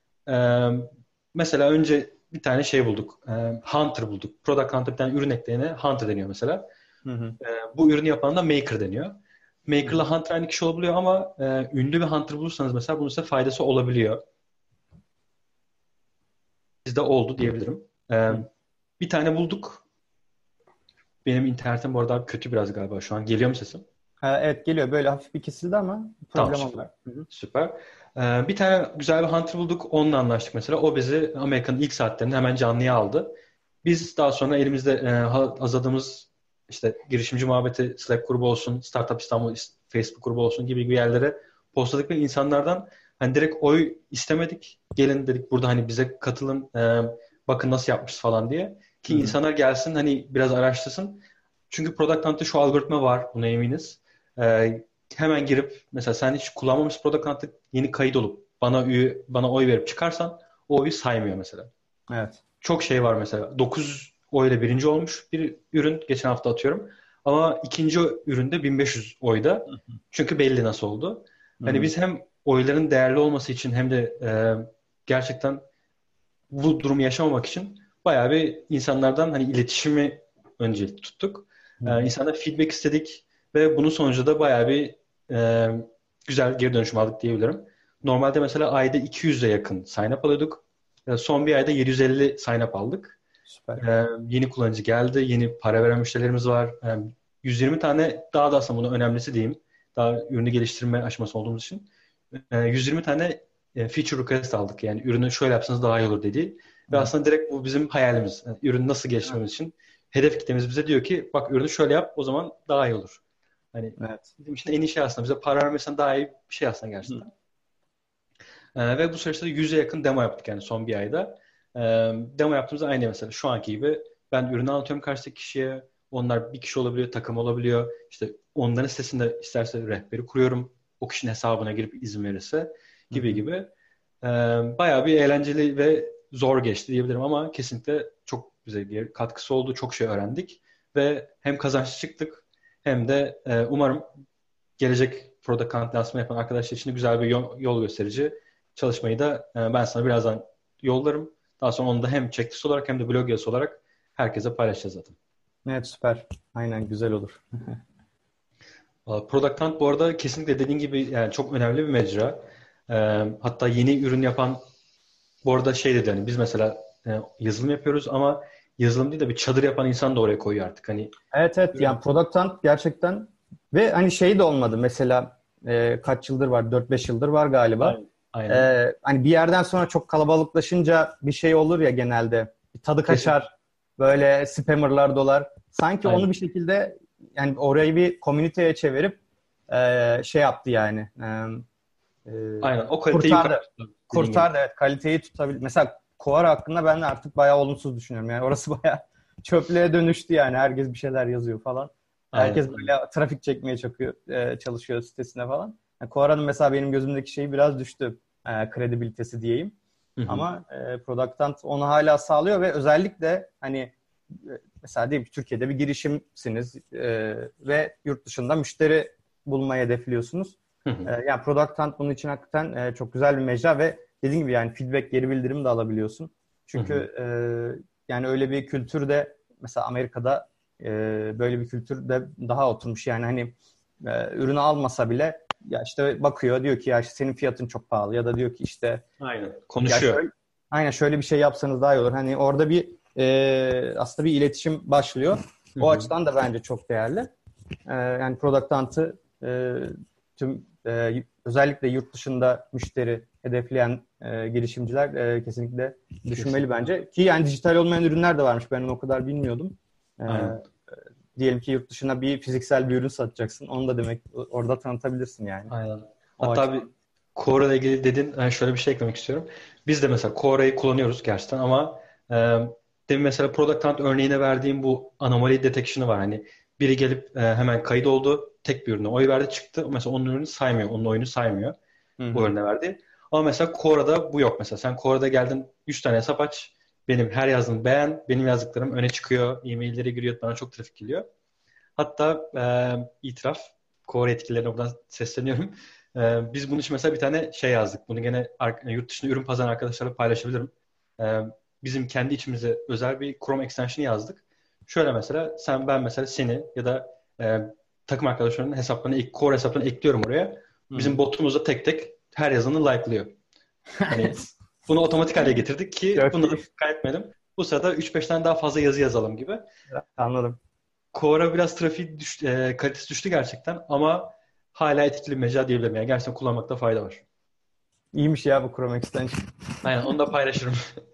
Ee, mesela önce bir tane şey bulduk. Ee, Hunter bulduk. Product Hunter bir tane ürün ekleyene Hunter deniyor mesela. Hı hı. Ee, bu ürünü yapan da Maker deniyor. Hı hı. Maker'la Hunter aynı kişi olabiliyor ama e, ünlü bir Hunter bulursanız mesela bunun size faydası olabiliyor. Bizde oldu diyebilirim. Ee, Hı. bir tane bulduk. Benim internetim bu arada kötü biraz galiba şu an. Geliyor mu sesim? Ha, evet geliyor. Böyle hafif bir kesildi ama Tamam problem süper. olmuyor. Hı hı. Süper. Ee, bir tane güzel bir Hunter bulduk. Onunla anlaştık mesela. O bizi Amerika'nın ilk saatlerinde hemen canlıya aldı. Biz daha sonra elimizde e, ha- hazırladığımız işte girişimci muhabbeti Slack grubu olsun, Startup İstanbul Facebook grubu olsun gibi gibi yerlere postladık ve insanlardan hani direkt oy istemedik. Gelin dedik burada hani bize katılın, e, bakın nasıl yapmışız falan diye. Hı Ki hı. insanlar gelsin hani biraz araştırsın. Çünkü Product Hunt'ta şu algoritma var, buna eminiz. E, hemen girip mesela sen hiç kullanmamış Product Hunt'ta yeni kayıt olup bana üye, bana oy verip çıkarsan o oyu saymıyor mesela. Evet. Çok şey var mesela. dokuz oyla birinci olmuş bir ürün geçen hafta atıyorum. Ama ikinci üründe bin beş yüz oyda. Çünkü belli nasıl oldu. Hı Hani hı. biz hem oyların değerli olması için hem de e, gerçekten bu durumu yaşamamak için bayağı bir insanlardan hani iletişimi önce tuttuk. Hı E, hı. insanlar feedback istedik ve bunun sonucu da bayağı bir e, güzel geri dönüşüm aldık diyebilirim. Normalde mesela ayda iki yüze yakın sign up alıyorduk. E, son bir ayda yedi yüz elli sign up aldık. Süper. Ee, yeni kullanıcı geldi. Yeni para veren müşterilerimiz var. Ee, yüz yirmi tane daha da aslında bunu önemlisi diyeyim. Daha ürünü geliştirme aşaması olduğumuz için. Ee, yüz yirmi tane e, feature request aldık. Yani ürünü şöyle yapsanız daha iyi olur dediği. Hı Ve hı. aslında direkt bu bizim hayalimiz. Yani ürünü nasıl geliştirmemiz için. Hedef kitlemiz bize diyor ki bak ürünü şöyle yap o zaman daha iyi olur. Hani Evet. bizim için en iyi şey aslında. Bize para vermesen daha iyi bir şey aslında Hı gerçekten. Ee, ve bu süreçte yüze yakın demo yaptık yani son bir ayda. Ee, demo yaptığımızda aynı mesela şu anki gibi ben ürünü anlatıyorum karşıdaki kişiye. Onlar bir kişi olabiliyor, takım olabiliyor. İşte onların sitesinde isterse rehberi kuruyorum. O kişinin hesabına girip izin verirse hı. gibi Hı. gibi. Ee, bayağı bir eğlenceli ve zor geçti diyebilirim ama kesinlikle çok güzel bir katkısı oldu. Çok şey öğrendik ve hem kazançlı çıktık hem de e, umarım gelecek product hunt lansmanı yapan arkadaşlar için de güzel bir yol, yol gösterici çalışmayı da e, ben sana birazdan yollarım. Daha sonra onu da hem checklist olarak hem de blog yazısı olarak herkese paylaşacağız zaten. Evet, süper. Aynen, güzel olur. Product Hunt bu arada kesinlikle dediğin gibi yani çok önemli bir mecra. Ee, hatta yeni ürün yapan bu arada şey dedi hani biz mesela e, yazılım yapıyoruz ama yazılım değil de bir çadır yapan insan da oraya koyuyor artık. Hani Evet evet, ürün... yani Product Hunt gerçekten ve hani şey de olmadı mesela e, kaç yıldır var, dört beş yıldır var galiba. Aynen. Aynen. E, hani bir yerden sonra çok kalabalıklaşınca bir şey olur ya genelde, bir tadı kaçar, Kesin. böyle spammerlar dolar. Sanki Aynen. onu bir şekilde yani orayı bir komüniteye çevirip e, şey yaptı yani. E, e, Aynen. O kaliteyi kurtardı. yukarı tuttu dediğin gibi. Kurtardı, evet, kaliteyi tutabilir. Mesela Quora hakkında ben de artık bayağı olumsuz düşünüyorum. Yani orası bayağı çöplüğe dönüştü yani. Herkes bir şeyler yazıyor falan. Aynen. Herkes böyle trafik çekmeye çakıyor, e, çalışıyor sitesine falan. Yani Quora'nın mesela benim gözümdeki şeyi biraz düştü. E, kredibilitesi diyeyim. Hı hı. Ama e, Product Hunt onu hala sağlıyor ve özellikle hani e, mesela diyelim ki Türkiye'de bir girişimsiniz e, ve yurt dışında müşteri bulmayı hedefliyorsunuz. Hı hı. E, yani Product Hunt bunun için hakikaten e, çok güzel bir mecra ve dediğim gibi yani feedback, geri bildirim de alabiliyorsun. Çünkü Hı hı. e, yani öyle bir kültürde mesela Amerika'da e, böyle bir kültürde daha oturmuş. Yani hani e, ürünü almasa bile ya işte bakıyor, diyor ki ya işte senin fiyatın çok pahalı ya da diyor ki işte Aynen. ya Konuşuyor. şöyle, aynen şöyle bir şey yapsanız daha iyi olur. Hani orada bir e, aslında bir iletişim başlıyor. Hı O hı. açıdan da bence çok değerli. E, yani Product Hunt'ı e, tüm e, özellikle yurt dışında müşteri hedefleyen e, girişimciler e, kesinlikle düşünmeli Kesinlikle. bence. Ki yani dijital olmayan ürünler de varmış. Ben onu o kadar bilmiyordum. E, Aynen. diyelim ki yurt dışına bir fiziksel bir ürün satacaksın. Onu da demek orada tanıtabilirsin yani. Aynen. O Hatta bir açıdan. Quora ile ilgili dedin. Yani şöyle bir şey eklemek istiyorum. Biz de mesela Quora'yı kullanıyoruz gerçekten ama e, demin mesela Product Hunt örneğine verdiğim bu anomaly detection'ı var. Hani biri gelip e, hemen kayıt oldu. Tek bir ürüne oy verdi çıktı. Mesela onun ürünü saymıyor. Onun oyunu saymıyor. Hı Bu hı. örneğe verdi. Ama mesela Quora'da bu yok mesela. Sen Quora'da geldin yüz tane hesap aç. Benim her yazdığımı beğen. Benim yazdıklarım öne çıkıyor. E-mailleri giriyor. Bana çok trafik geliyor. Hatta e, itiraf, Core etkilerine buradan sesleniyorum. E, biz bunun için mesela bir tane şey yazdık. Bunu gene ar- yurt dışında ürün pazarı arkadaşlarla paylaşabilirim. E, bizim kendi içimize özel bir Chrome extension yazdık. Şöyle mesela sen ben mesela seni ya da e, takım arkadaşlarının hesaplarını, ek- Core hesaplarını ekliyorum oraya. Hı Bizim hı. botumuz da tek tek her yazanı like'lıyor. Hani bunu otomatik hale getirdik ki Çok bunları iyi. kaybetmedim. Bu sırada üç beş tane daha fazla yazı yazalım gibi. Anladım. Quora biraz trafiği düş, e, kalitesi düştü gerçekten ama hala etkili bir mecra diyebilirim. Yani gerçekten kullanmakta fayda var. İyiymiş ya bu Chrome extension. Aynen onu da paylaşırım.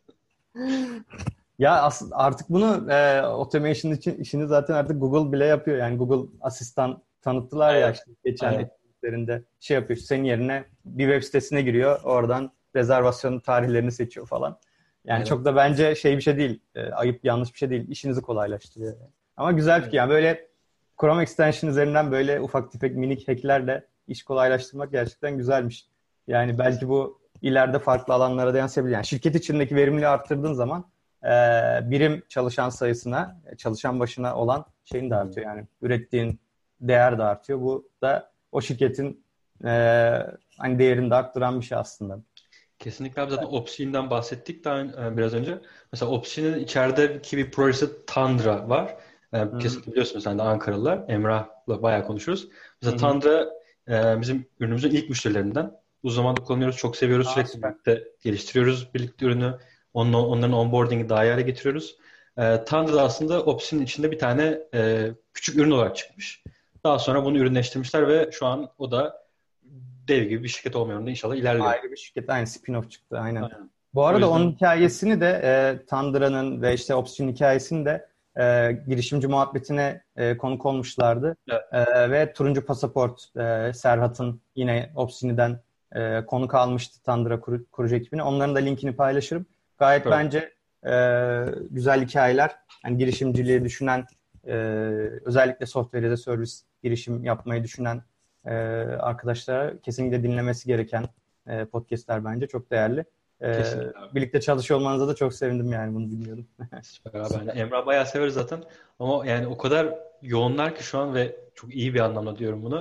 Ya aslında artık bunu e, automation için işini zaten artık Google bile yapıyor. Yani Google Asistan tanıttılar ya Aynen. işte geçen Aynen. etkinliklerinde şey yapıyor. Senin yerine bir web sitesine giriyor. Oradan rezervasyon tarihlerini seçiyor falan. Yani Aynen. çok da bence şey bir şey değil. E, ayıp, yanlış bir şey değil. İşinizi kolaylaştırıyor. Yani. Ama güzel fikir. Aynen. Yani böyle Chrome extension üzerinden böyle ufak tefek minik hacklerle iş kolaylaştırmak gerçekten güzelmiş. Yani belki bu ileride farklı alanlara da yansıyabilir. Yani şirket içindeki verimliliği arttırdığın zaman e, birim çalışan sayısına, çalışan başına olan şeyin Hı de hı. artıyor. Yani ürettiğin değer de artıyor. Bu da o şirketin e, hani değerini de arttıran bir şey aslında. Kesinlikle abi zaten Obsidian'dan bahsettik daha ön- biraz önce. Mesela Obsidian'ın içerideki bir projesi Tundra var. E, Hı hı. kesinlikle biliyorsunuz sen de Ankaralılar. Emrah'la bayağı konuşuruz. Hı Mesela hı. Tundra e, bizim ürünümüzün ilk müşterilerinden. Uzun zamandır kullanıyoruz, çok seviyoruz. Aa, Sürekli süper. birlikte geliştiriyoruz birlikte ürünü. Onun, onların onboarding'i daha iyi hale getiriyoruz. E, Tundra da aslında Obsidian'ın içinde bir tane e, küçük ürün olarak çıkmış. Daha sonra bunu ürünleştirmişler ve şu an o da dev gibi bir şirket olmuyor da inşallah ilerliyor. Ayrı bir şirket. Aynı spin-off çıktı. Aynen. Aynen. Bu O arada onun yüzden hikayesini de e, Tundra'nın ve işte Ops'un hikayesini de e, girişimci muhabbetine e, konuk olmuşlardı. evet, E, ve Turuncu Pasaport e, Serhat'ın yine Opsini'den e, konuk almıştı Tundra kuru, kurucu ekibini. Onların da linkini paylaşırım. Gayet süper olur. bence e, güzel hikayeler. Yani girişimciliği düşünen, e, özellikle software as a service girişim yapmayı düşünen e, arkadaşlara kesinlikle dinlemesi gereken e, podcastler bence çok değerli. E, Kesinlikle abi. birlikte çalışıyor olmanıza da çok sevindim yani bunu bilmiyordum. Süper abi. Yani Süper. Emrah bayağı severiz zaten. Ama yani o kadar yoğunlar ki şu an ve çok iyi bir anlamda diyorum bunu.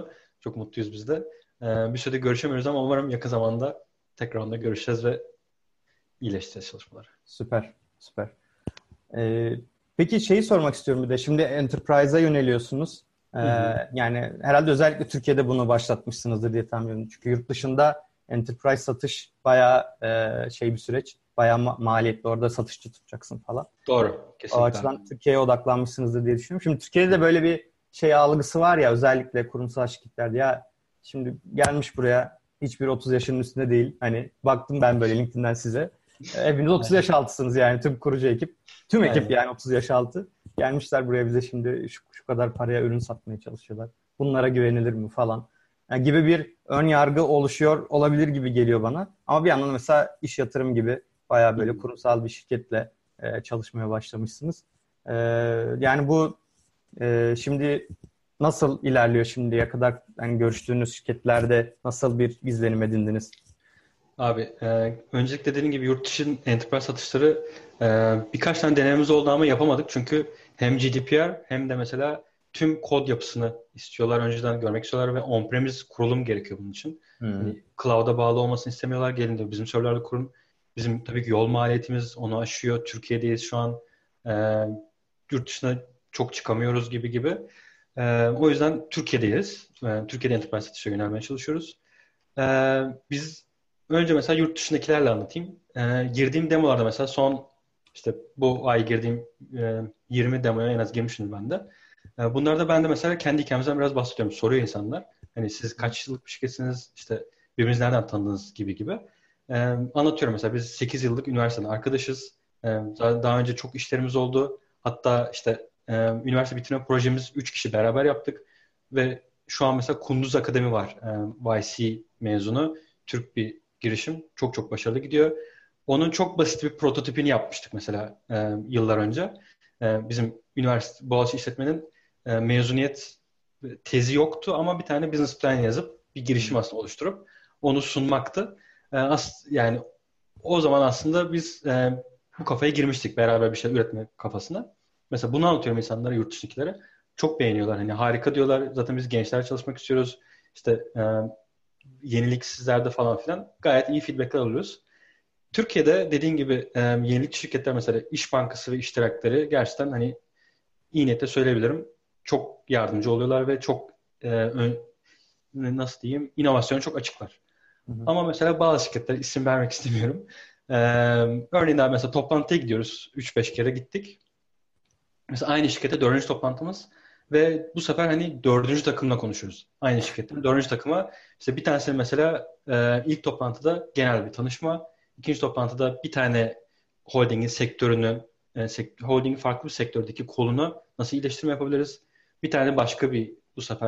Çok mutluyuz biz de. Ee, bir süredir görüşemiyoruz ama umarım yakın zamanda tekrar onunla görüşeceğiz ve iyileştireceğiz çalışmaları. Süper, süper. Ee, peki şeyi sormak istiyorum bir de. Şimdi Enterprise'a yöneliyorsunuz. Ee, Hı hı. Yani herhalde özellikle Türkiye'de bunu başlatmışsınızdır diye tahmin ediyorum. Çünkü yurt dışında Enterprise satış bayağı e, şey bir süreç. Bayağı ma- maliyetli. Orada satışçı tutacaksın falan. Doğru. O Kesinlikle. açıdan Türkiye'ye odaklanmışsınızdır diye düşünüyorum. Şimdi Türkiye'de de böyle bir şey algısı var ya, özellikle kurumsal şirketlerde, ya şimdi gelmiş buraya hiçbir otuz yaşının üstünde değil. Hani baktım ben böyle LinkedIn'den size. E, Hepiniz otuz Aynen. yaş altısınız yani, tüm kurucu ekip. Tüm ekip Aynen. yani otuz yaş altı. Gelmişler buraya bize şimdi şu, şu kadar paraya ürün satmaya çalışıyorlar. Bunlara güvenilir mi falan. Yani gibi bir ön yargı oluşuyor olabilir gibi geliyor bana. Ama bir yandan mesela iş yatırım gibi bayağı Hı hı. böyle kurumsal bir şirketle e, çalışmaya başlamışsınız. E, Yani bu e, şimdi nasıl ilerliyor şimdiye kadar? Yani görüştüğünüz şirketlerde nasıl bir izlenim edindiniz? Abi e, öncelikle dediğim gibi yurt dışı enterprise satışları e, birkaç tane denememiz oldu ama yapamadık. Çünkü hem G D P R hem de mesela tüm kod yapısını istiyorlar. Önceden görmek istiyorlar ve on-premise kurulum gerekiyor bunun için. Hmm. Hani cloud'a bağlı olmasını istemiyorlar. Gelin de bizim serverlarda kurun. Bizim tabii ki yol maliyetimiz onu aşıyor. Türkiye'deyiz şu an. E, Yurt dışına çok çıkamıyoruz gibi gibi. E, o yüzden Türkiye'deyiz. E, Türkiye'de enterprise satışa yönelmeye çalışıyoruz. Ee, biz önce mesela yurt dışındakilerle anlatayım. Ee, girdiğim demolarda mesela son işte bu ay girdiğim e, yirmi demoya en az girmişim ben de. Ee, bunlarda ben de mesela kendi hikayemizden biraz bahsediyorum. Soruyor insanlar. Hani siz kaç yıllık bir şirketsiniz? İşte birbirinizi nereden tanıdınız gibi gibi. Ee, Anlatıyorum mesela biz sekiz yıllık üniversiteden arkadaşız. Ee, daha, daha önce çok işlerimiz oldu. Hatta işte e, üniversite bitirme projemiz üç kişi beraber yaptık. Ve şu an mesela Kunduz Akademi var. E, Y C mezunu. Türk bir girişim. Çok çok başarılı gidiyor. Onun çok basit bir prototipini yapmıştık mesela e, yıllar önce. E, bizim üniversite Boğaziçi İşletme'nin e, mezuniyet tezi yoktu ama bir tane business plan yazıp bir girişim aslında oluşturup onu sunmaktı. E, as, yani o zaman aslında biz e, bu kafaya girmiştik beraber bir şey üretme kafasına. Mesela bunu anlatıyorum insanlara, yurt dışındakilere. Çok beğeniyorlar. Hani harika diyorlar. Zaten biz gençler çalışmak istiyoruz. İşte e, yenilik sizlerde falan filan. Gayet iyi feedbackler alıyoruz. Türkiye'de dediğin gibi e, yenilik şirketler mesela İş Bankası ve İş Terakleri gerçekten hani iyi niyetle söyleyebilirim. Çok yardımcı oluyorlar ve çok e, ön, nasıl diyeyim inovasyona çok açıklar. Hı hı. Ama mesela bazı şirketler isim vermek istemiyorum. E, Örneğin daha mesela toplantıya gidiyoruz. üç beş kere gittik. Mesela aynı şirkete dördüncü toplantımız ve bu sefer hani dördüncü takımla konuşuyoruz. Aynı şirketin dördüncü takıma işte bir tanesi mesela e, ilk toplantıda genel bir tanışma, ikinci toplantıda bir tane holdingin sektörünü, e, sek- holdingin farklı bir sektördeki kolunu nasıl iyileştirme yapabiliriz? Bir tane başka bir bu sefer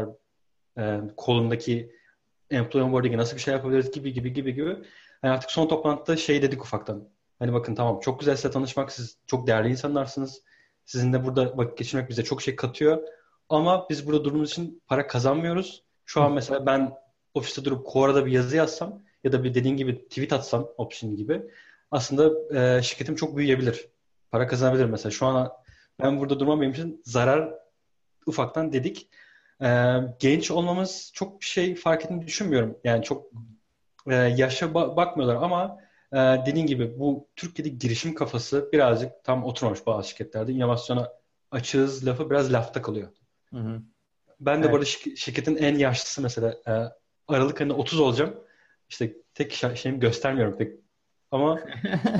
e, kolundaki employee onboarding'e nasıl bir şey yapabiliriz gibi gibi gibi gibi. Yani artık son toplantıda şey dedik ufaktan. Hani bakın tamam çok güzel size tanışmak. Siz çok değerli insanlarsınız. Sizinle burada vakit geçirmek bize çok şey katıyor. Ama biz burada durduğumuz için para kazanmıyoruz. Şu an mesela ben ofiste durup Quora'da bir yazı yazsam ya da bir dediğin gibi tweet atsam Option gibi aslında e, şirketim çok büyüyebilir. Para kazanabilir mesela. Şu an ben burada durmam benim için zarar ufaktan dedik. Ee, genç olmamız çok bir şey fark ettiğini düşünmüyorum. Yani çok e, yaşa ba- bakmıyorlar ama e, dediğin gibi bu Türkiye'de girişim kafası birazcık tam oturmamış bazı şirketlerde. İnovasyona açığız lafı biraz lafta kalıyor. Hı hı. Ben de bu Evet. arada şir- şirketin en yaşlısı mesela e, Aralık ayında otuz olacağım. İşte tek şa- şeyimi göstermiyorum pek. Ama e,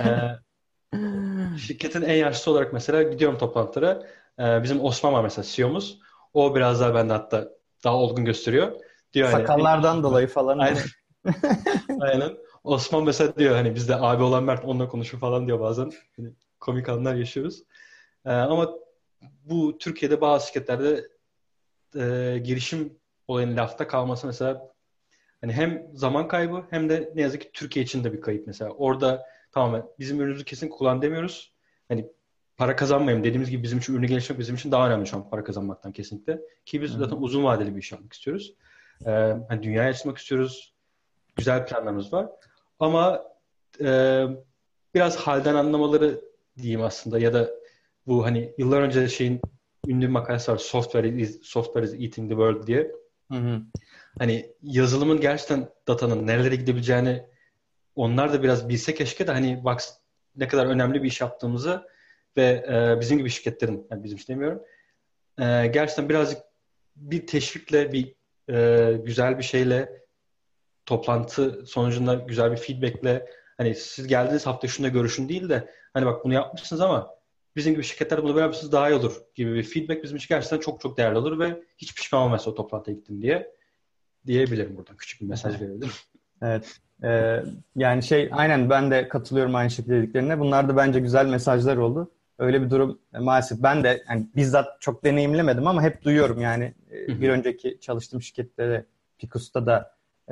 şirketin en yaşlısı olarak mesela gidiyorum toplantılara. Ee, bizim Osman var mesela C E O'muz. O biraz daha bende hatta daha olgun gösteriyor. Diyor hani en Sakallardan yaşlı ben. dolayı falan Aynen, mı? aynen. Osman mesela diyor hani bizde abi olan Mert onunla konuşur falan diyor bazen. Hani komik anlar yaşıyoruz. Ee, ama bu Türkiye'de bazı şirketlerde e, girişim olayının lafta kalması mesela hani hem zaman kaybı hem de ne yazık ki Türkiye için de bir kayıp mesela. Orada tamamen bizim ürünümüzü kesin kullan demiyoruz. Hani para kazanmayayım dediğimiz gibi bizim için ürünü geliştirmek bizim için daha önemli şu an para kazanmaktan kesinlikle. Ki biz Hı zaten hı. uzun vadeli bir iş yapmak istiyoruz. Ee, hani dünyaya açmak istiyoruz. Güzel planlarımız var. Ama e, biraz halden anlamaları diyeyim aslında ya da bu hani yıllar önce şeyin ünlü bir makalesi var. Software is, software is eating the world diye. Hı hı. Hani yazılımın gerçekten datanın nerelere gidebileceğini onlar da biraz bilse keşke de hani bak ne kadar önemli bir iş yaptığımızı ve e, bizim gibi şirketlerin, yani bizim iş demiyorum, e, gerçekten birazcık bir teşvikle, bir e, güzel bir şeyle, toplantı sonucunda güzel bir feedbackle, hani siz geldiğiniz hafta şunda görüşün değil de hani bak bunu yapmışsınız ama bizim gibi şirketler bunu böyle yapmışsınız daha iyi olur gibi bir feedback bizim için gerçekten çok çok değerli olur ve hiç pişman olmazsa o toplantıya gittim diye diyebilirim buradan. Küçük bir mesaj verebilirim. Evet. Ee, yani şey aynen ben de katılıyorum aynı şekilde dediklerine. Bunlar da bence güzel mesajlar oldu. Öyle bir durum e, maalesef ben de yani bizzat çok deneyimlemedim ama hep duyuyorum yani Hı e, bir hı. önceki çalıştığım şirkette de Picus'ta da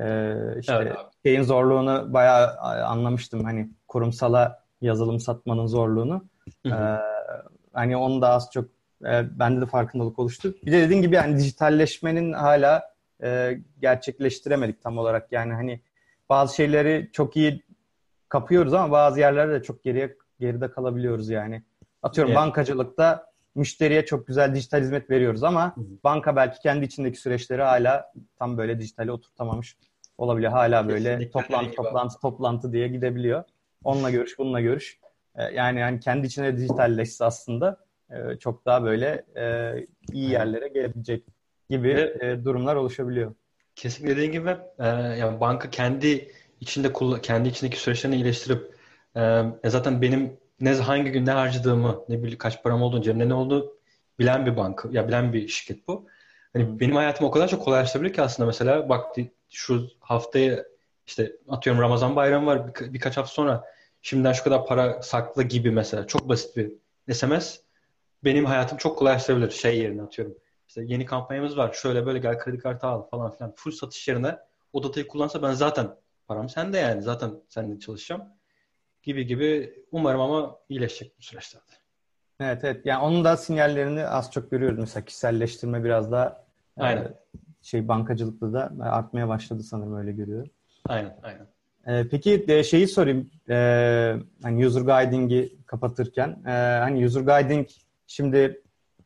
e, Evet işte abi. şeyin zorluğunu bayağı a- anlamıştım. Hani kurumsala yazılım satmanın zorluğunu. Hı Ee, hı. hani onu da az çok e, bende de farkındalık oluştu. Bir de dediğin gibi yani dijitalleşmenin hala e, gerçekleştiremedik tam olarak. Yani hani bazı şeyleri çok iyi kapıyoruz ama bazı yerlerde de çok geriye geride kalabiliyoruz yani. Atıyorum Yani. bankacılıkta müşteriye çok güzel dijital hizmet veriyoruz ama Hı hı. banka belki kendi içindeki süreçleri hala tam böyle dijitale oturtamamış olabiliyor. Hala böyle Kesinlikle dediğin toplantı gibi abi. toplantı toplantı diye gidebiliyor. Onunla görüş, bununla görüş. Ee, yani yani kendi içine dijitalleşse aslında e, çok daha böyle e, iyi Aynen. yerlere gelebilecek gibi Ve e, durumlar oluşabiliyor. kesinlikle dediğin gibi e, yani banka kendi içinde kull- kendi içindeki süreçlerini iyileştirip e, ya zaten benim ne hangi gün ne harcadığımı, ne bileyim kaç param olduğunu, cebimde ne olduğunu bilen bir banka, ya bilen bir şirket bu. Hı Hani hı. benim hayatımı o kadar çok kolaylaştırabilir ki aslında mesela bak şu haftaya işte atıyorum Ramazan bayramı var birka- birkaç hafta sonra şimdiden şu kadar para sakla gibi mesela çok basit bir S M S benim hayatım çok kolaylaştırabilir şey yerine atıyorum. İşte yeni kampanyamız var. Şöyle böyle gel kredi kartı al falan filan. Full satış yerine o datayı kullansa ben zaten param sende yani. Zaten seninle çalışacağım. Gibi gibi. Umarım ama iyileşecek bu süreçlerde. Evet, evet. Yani onun da sinyallerini az çok görüyoruz. Mesela kişiselleştirme biraz daha e, Aynen. şey bankacılıkta da artmaya başladı sanırım öyle görüyorum. Aynen. Aynen. E, peki de şeyi sorayım. E, hani user guiding'i kapatırken e, hani user guiding şimdi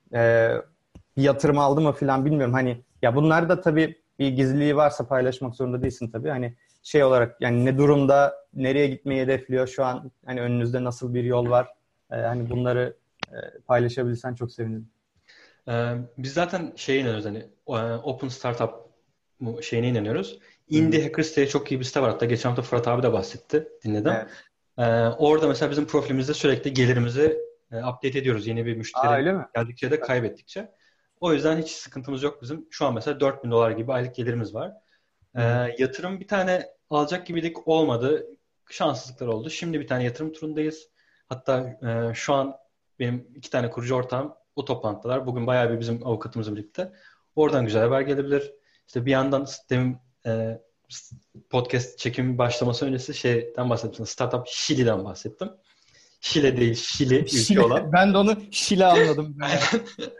e, bir yatırım aldı mı falan bilmiyorum. Hani ya bunlar da tabii bir gizliliği varsa paylaşmak zorunda değilsin tabii. Hani şey olarak yani ne durumda, nereye gitmeyi hedefliyor şu an, hani önünüzde nasıl bir yol var? E, hani bunları e, paylaşabilirsen çok sevinirim. Ee, biz zaten şeye inanıyoruz hani e, Open Startup mu- şeyine inanıyoruz. Hı hı. Indie Hackers diye çok iyi bir site var. Hatta geçen hafta Fırat abi de bahsetti. Dinledim. Evet. Ee, orada mesela bizim profilimizde sürekli gelirimizi e, update ediyoruz. Yeni bir Aa müşteri öyle mi? geldikçe de Süper. kaybettikçe. O yüzden hiç sıkıntımız yok bizim. Şu an mesela dört bin dolar gibi aylık gelirimiz var. Hı Ee, hı. yatırım bir tane alacak gibilik olmadı. Şanssızlıklar oldu. Şimdi bir tane yatırım turundayız. Hatta e, şu an benim iki tane kurucu ortağım o toplantılar. Bugün bayağı bir bizim avukatımızla birlikte. Oradan güzel haber gelebilir. İşte bir yandan demin e, podcast çekimi başlaması öncesi şeyden bahsettim. Startup Şili'den bahsettim. Şile değil, Şili ülke Şile. olan. Ben de onu Şile anladım bir an.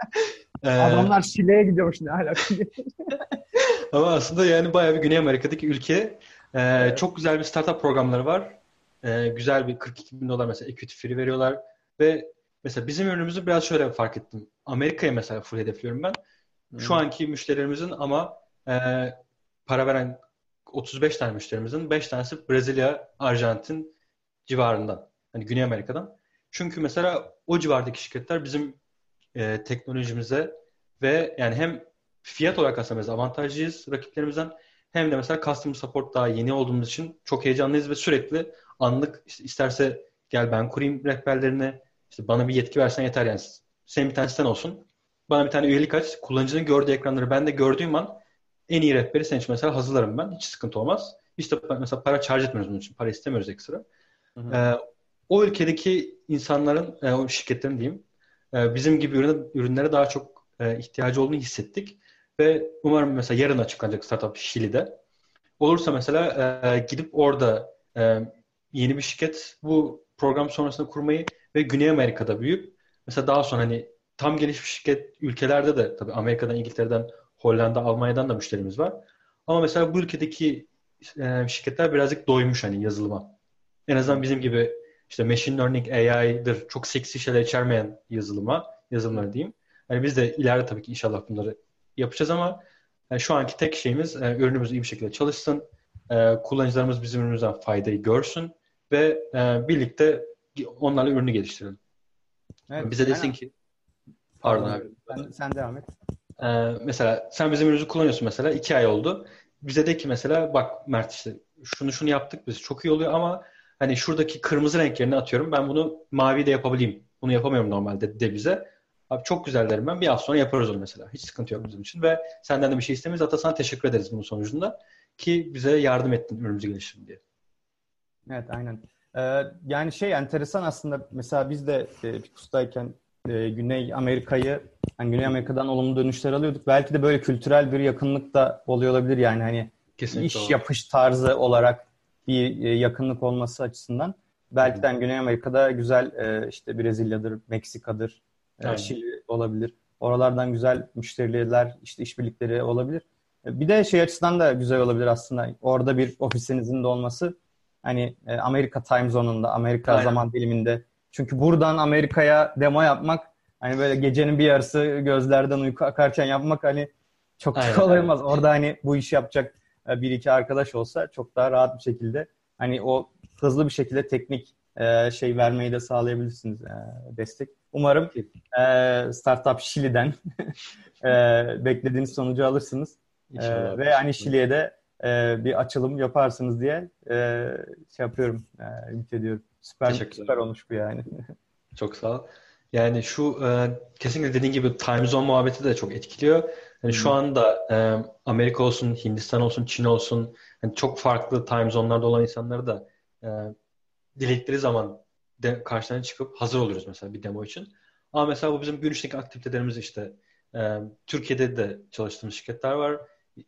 Ee, Adamlar Şile'ye gidiyormuş ne alaka diye. ama aslında yani bayağı bir Güney Amerika'daki ülke. Ee, Evet. çok güzel bir startup programları var. Ee, güzel bir kırk iki bin dolar mesela equity free veriyorlar. Ve mesela bizim ürünümüzü biraz şöyle fark ettim. Amerika'ya mesela full hedefliyorum ben. Şu Hı anki müşterilerimizin ama e, para veren otuz beş tane müşterimizin beş tanesi Brezilya, Arjantin civarından. Hani Güney Amerika'dan. Çünkü mesela o civardaki şirketler bizim e, teknolojimize ve yani hem fiyat olarak aslında mesela avantajlıyız rakiplerimizden hem de mesela customer support daha yeni olduğumuz için çok heyecanlıyız ve sürekli anlık işte isterse gel ben kurayım rehberlerini işte bana bir yetki versen yeter yani senin bir tane siten olsun bana bir tane üyelik aç kullanıcının gördüğü ekranları ben de gördüğüm an en iyi rehberi senin için mesela hazırlarım ben hiç sıkıntı olmaz. İşte mesela para charge etmiyoruz bunun için para istemiyoruz ekstra. hı. Ee, o ülkedeki insanların, e, o şirketlerin diyeyim, e, bizim gibi ürüne, ürünlere daha çok e, ihtiyacı olduğunu hissettik. Ve umarım mesela yarın açıklanacak startup Şili'de. Olursa mesela e, gidip orada e, yeni bir şirket bu program sonrasında kurmayı ve Güney Amerika'da büyüyüp mesela daha sonra hani tam gelişmiş şirket ülkelerde de tabii Amerika'dan, İngiltere'den, Hollanda, Almanya'dan da müşterimiz var. Ama mesela bu ülkedeki e, şirketler birazcık doymuş hani yazılıma. En azından Hı bizim gibi işte machine learning, A I'dır çok seksi şeyler içermeyen yazılıma, yazılımları diyeyim. Hani biz de ileride tabii ki inşallah bunları yapacağız ama Yani şu anki tek şeyimiz e, ürünümüz iyi bir şekilde çalışsın, e, kullanıcılarımız bizim ürünümüzden faydayı görsün ve e, birlikte onlarla ürünü geliştirelim. Evet, Bize desin aynen. ki, pardon Pardon. abi. Sen, sen devam et. Ee, mesela sen bizim ürünümüzü kullanıyorsun mesela iki ay oldu. Bize de ki mesela bak Mert işte şunu şunu yaptık biz çok iyi oluyor ama hani şuradaki kırmızı renklerini atıyorum ben bunu mavi de yapabileyim. Bunu yapamıyorum normalde de bize. Abi çok güzel derim ben bir hafta sonra yaparız onu mesela. Hiç sıkıntı yok bizim için ve senden de bir şey istemeyiz. Hatta sana teşekkür ederiz bunun sonucunda ki bize yardım ettin ürünümüzü geliştirin diye. Evet, aynen. Ee, yani şey enteresan aslında, mesela biz de e, Picus'tayken e, Güney Amerika'yı, hani Güney Amerika'dan olumlu dönüşler alıyorduk. Belki de böyle kültürel bir yakınlık da oluyor olabilir, yani hani Kesinlikle iş o. yapış tarzı olarak bir e, yakınlık olması açısından. Hı Belki hı. de hani Güney Amerika'da güzel e, işte Brezilya'dır, Meksika'dır, e, Aynen. Şili olabilir. Oralardan güzel müşteriler, işte işbirlikleri olabilir. E, Bir de şey açıdan da güzel olabilir aslında. Orada bir ofisinizin de olması. Hani e, Amerika time zone'unda, Amerika Aynen. zaman diliminde. Çünkü buradan Amerika'ya demo yapmak, hani böyle gecenin bir yarısı gözlerden uyku akarken yapmak hani çok da Aynen. kolay Aynen. olmaz. Orada hani bu işi yapacak e, bir iki arkadaş olsa çok daha rahat bir şekilde hani o hızlı bir şekilde teknik e, şey vermeyi de sağlayabilirsiniz, e, destek. Umarım e, Startup Şili'den e, beklediğiniz sonucu alırsınız. E, İnşallah abi. ve hani Teşekkür ederim. Şili'ye de e, bir açılım yaparsınız diye e, şey yapıyorum, e, ümit ediyorum. Süper Teşekkürler süper abi. olmuş bu yani. Çok sağ ol. Yani şu e, kesinlikle dediğin gibi time zone muhabbeti de çok etkiliyor. Yani şu Hı. anda e, Amerika olsun, Hindistan olsun, Çin olsun hani çok farklı time zone'larda olan insanları da e, diledikleri zaman de, karşılarına çıkıp hazır oluyoruz mesela bir demo için. Ama mesela bu bizim gün içindeki aktivitelerimiz işte e, Türkiye'de de çalıştığımız şirketler var.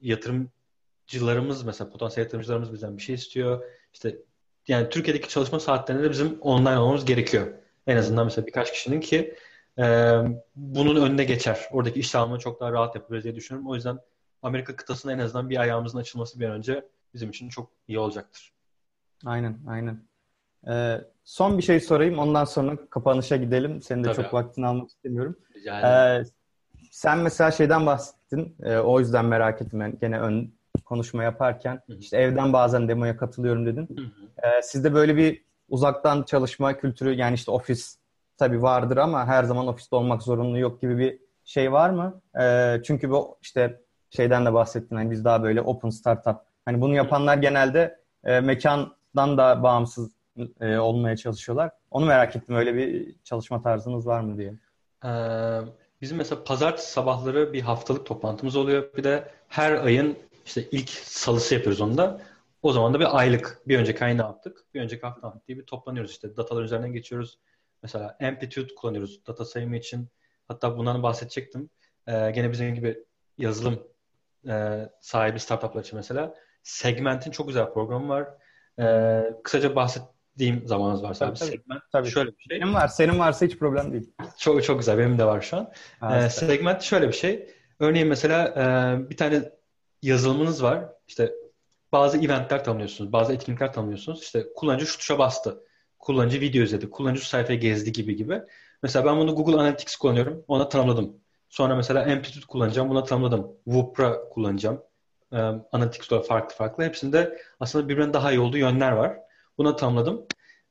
Yatırımcılarımız mesela potansiyel yatırımcılarımız bizden bir şey istiyor. İşte yani Türkiye'deki çalışma saatlerinde de bizim online olmamız gerekiyor. En Hı. azından mesela birkaç kişinin ki e, bunun önüne geçer. Oradaki iş dağılımını çok daha rahat yapabiliriz diye düşünüyorum. O yüzden Amerika kıtasına en azından bir ayağımızın açılması bir an önce bizim için çok iyi olacaktır. Aynen, aynen. E, son bir şey sorayım. Ondan sonra kapanışa gidelim. Senin de Tabii çok abi. vaktini almak istemiyorum. Rica E, ederim. sen mesela şeyden bahsettin. E, o yüzden merak ettim. Yani gene ön konuşma yaparken. Hı hı. İşte evden bazen demoya katılıyorum dedin. Hı hı. E, sizde böyle bir uzaktan çalışma kültürü, yani işte ofis tabii vardır ama her zaman ofiste olmak zorunlu yok gibi bir şey var mı? E, çünkü bu işte şeyden de bahsettin. Hani biz daha böyle open startup. Hani bunu yapanlar genelde e, mekandan da bağımsız e, olmaya çalışıyorlar. Onu merak ettim. Öyle bir çalışma tarzınız var mı diye. Ee, bizim mesela pazartesi sabahları bir haftalık toplantımız oluyor. Bir de her ayın işte ilk salısı yapıyoruz onu da. O zaman da bir aylık, bir önceki ay ne yaptık, bir önceki hafta ne yaptık diye bir toplanıyoruz işte. Datalar üzerinden geçiyoruz. Mesela Amplitude kullanıyoruz data sayımı için. Hatta bundan bahsedecektim. Ee, gene bizim gibi yazılım e, sahibi startuplar için mesela. Segment'in çok güzel bir programı var. Hmm. Ee, kısaca bahsettiğim zamanınız varsa Tabii abi. tabii. Segment Tabii. şöyle bir şey. Benim var. Senin varsa hiç problem değil. Çok çok güzel. Benim de var şu an. Ha, Ee, süper. segment şöyle bir şey. Örneğin mesela e, bir tane yazılımınız var. İşte bazı eventler tanımlıyorsunuz. Bazı etkinlikler tanımlıyorsunuz. İşte kullanıcı şu tuşa bastı. Kullanıcı video izledi. Kullanıcı şu sayfayı gezdi gibi gibi. Mesela ben bunu Google Analytics kullanıyorum. Ona tanımladım. Sonra mesela Amplitude kullanacağım. Buna tanımladım. Woopra kullanacağım. Ee, Analytics olarak farklı farklı. Hepsinde aslında birbirinden daha iyi olduğu yönler var. Buna tanımladım.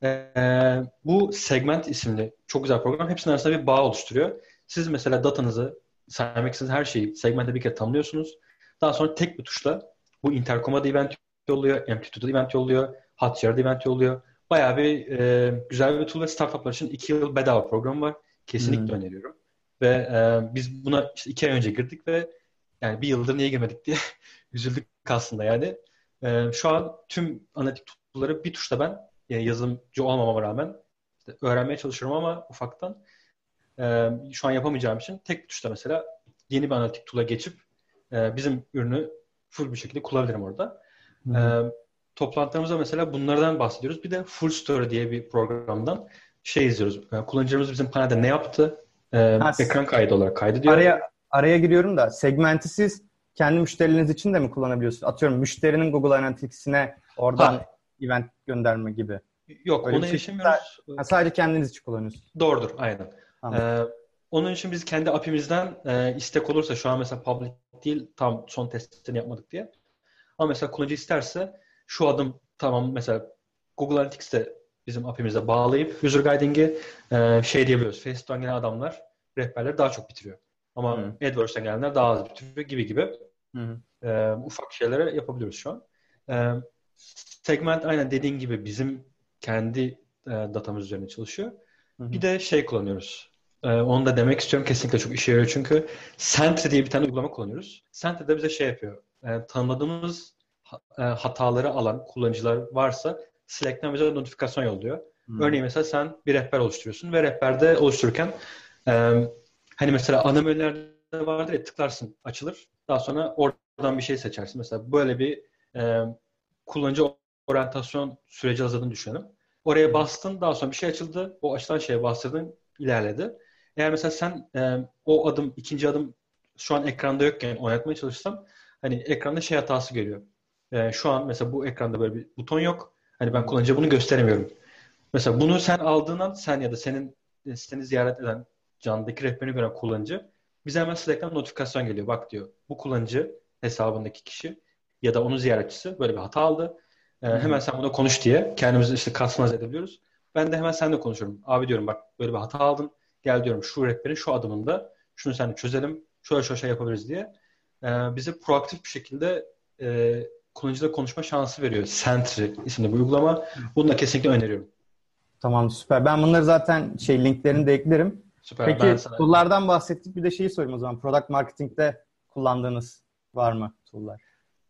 Ee, bu Segment isimli çok güzel program hepsinin arasında bir bağ oluşturuyor. Siz mesela datanızı saymak istediğiniz her şeyi Segment'e bir kere tanımlıyorsunuz. Daha sonra tek bir tuşla bu Intercom'a da event yolluyor, Amplitude'a da event yolluyor, Hotjar'a da event yolluyor. Bayağı bir e, güzel bir tool ve startuplar için iki yıl bedava program var. Kesinlikle Hmm. öneriyorum. Ve e, biz buna işte iki ay önce girdik ve yani bir yıldır niye girmedik diye üzüldük aslında yani. E, şu an tüm analitik tool'ları bir tuşla ben e, yazılımcı olmamama rağmen işte öğrenmeye çalışıyorum ama ufaktan e, şu an yapamayacağım için tek bir tuşla mesela yeni bir analitik tool'a geçip e, bizim ürünü full bir şekilde kullanabilirim orada. Hı E, hı. toplantılarımızda mesela bunlardan bahsediyoruz. Bir de Full Story diye bir programdan şey izliyoruz. E, kullanıcılarımız bizim panelde ne yaptı? E, Ha, ekran kaydı olarak kaydediyor. araya araya giriyorum da, segmenti siz kendi müşterileriniz için de mi kullanabiliyorsunuz? Atıyorum, müşterinin Google Analytics'ine oradan Ha, event gönderme gibi. yok Öyle bir ona şey. erişemiyoruz. Ha, sadece kendiniz için kullanıyorsunuz. Doğrudur, aynen. Tamam. Ee, onun için biz kendi A P I'mizden e, istek olursa şu an mesela public net değil. Tam son testini yapmadık diye. Ama mesela kullanıcı isterse şu adım tamam, mesela Google Analytics'te bizim A P I'mize bağlayıp user guiding'i e, şey diyebiliyoruz. Facebook'tan gelen adamlar rehberleri daha çok bitiriyor. Ama Hı. AdWords'tan gelenler daha az bitiriyor gibi gibi. Hı. E, ufak şeylere yapabiliyoruz şu an. E, segment aynen dediğin gibi bizim kendi e, datamız üzerine çalışıyor. Hı hı. Bir de şey kullanıyoruz. E, onu da demek istiyorum. Kesinlikle çok işe yarıyor çünkü Sentry diye bir tane uygulama kullanıyoruz. Sentry de bize şey yapıyor. E, tanımladığımız ha- e, hataları alan kullanıcılar varsa Slack'ten bize notifikasyon yolluyor. Hı. Örneğin mesela sen bir rehber oluşturuyorsun ve rehberde oluştururken e, hani mesela ana menülerde vardır ya, tıklarsın açılır. Daha sonra oradan bir şey seçersin. Mesela böyle bir e, kullanıcı oryantasyon süreci hazırladığını düşünelim. Oraya bastın, daha sonra bir şey açıldı. O açılan şeye bastırdın, ilerledi. Eğer mesela sen e, o adım, ikinci adım şu an ekranda yokken oynatmaya çalışsam, hani ekranda şey hatası geliyor. E, şu an mesela bu ekranda böyle bir buton yok. Hani ben kullanıcıya bunu gösteremiyorum. Mesela bunu sen aldığından, sen ya da senin siteni ziyaret eden, candaki rehberini gören kullanıcı bize hemen Slack'ten notifikasyon geliyor. Bak diyor, bu kullanıcı hesabındaki kişi ya da onun ziyaretçisi böyle bir hata aldı. Ee, Hı hemen hı. sen buna konuş diye kendimizi işte customize edebiliyoruz. Ben de hemen seninle konuşuyorum. Abi diyorum, bak böyle bir hata aldın. Gel diyorum, şu rehberin şu adımında şunu seninle çözelim. Şöyle şöyle şey yapabiliriz diye. Ee, bize proaktif bir şekilde e, kullanıcıyla konuşma şansı veriyor. Sentry isimli bir uygulama. Bunu da kesinlikle öneriyorum. Tamam, süper. Ben bunları zaten şey linklerini de eklerim. Süper. Ben Peki sana tool'lardan bahsettik. Bir de şeyi sorayım o zaman. Product marketing'de kullandığınız var mı tool'lar?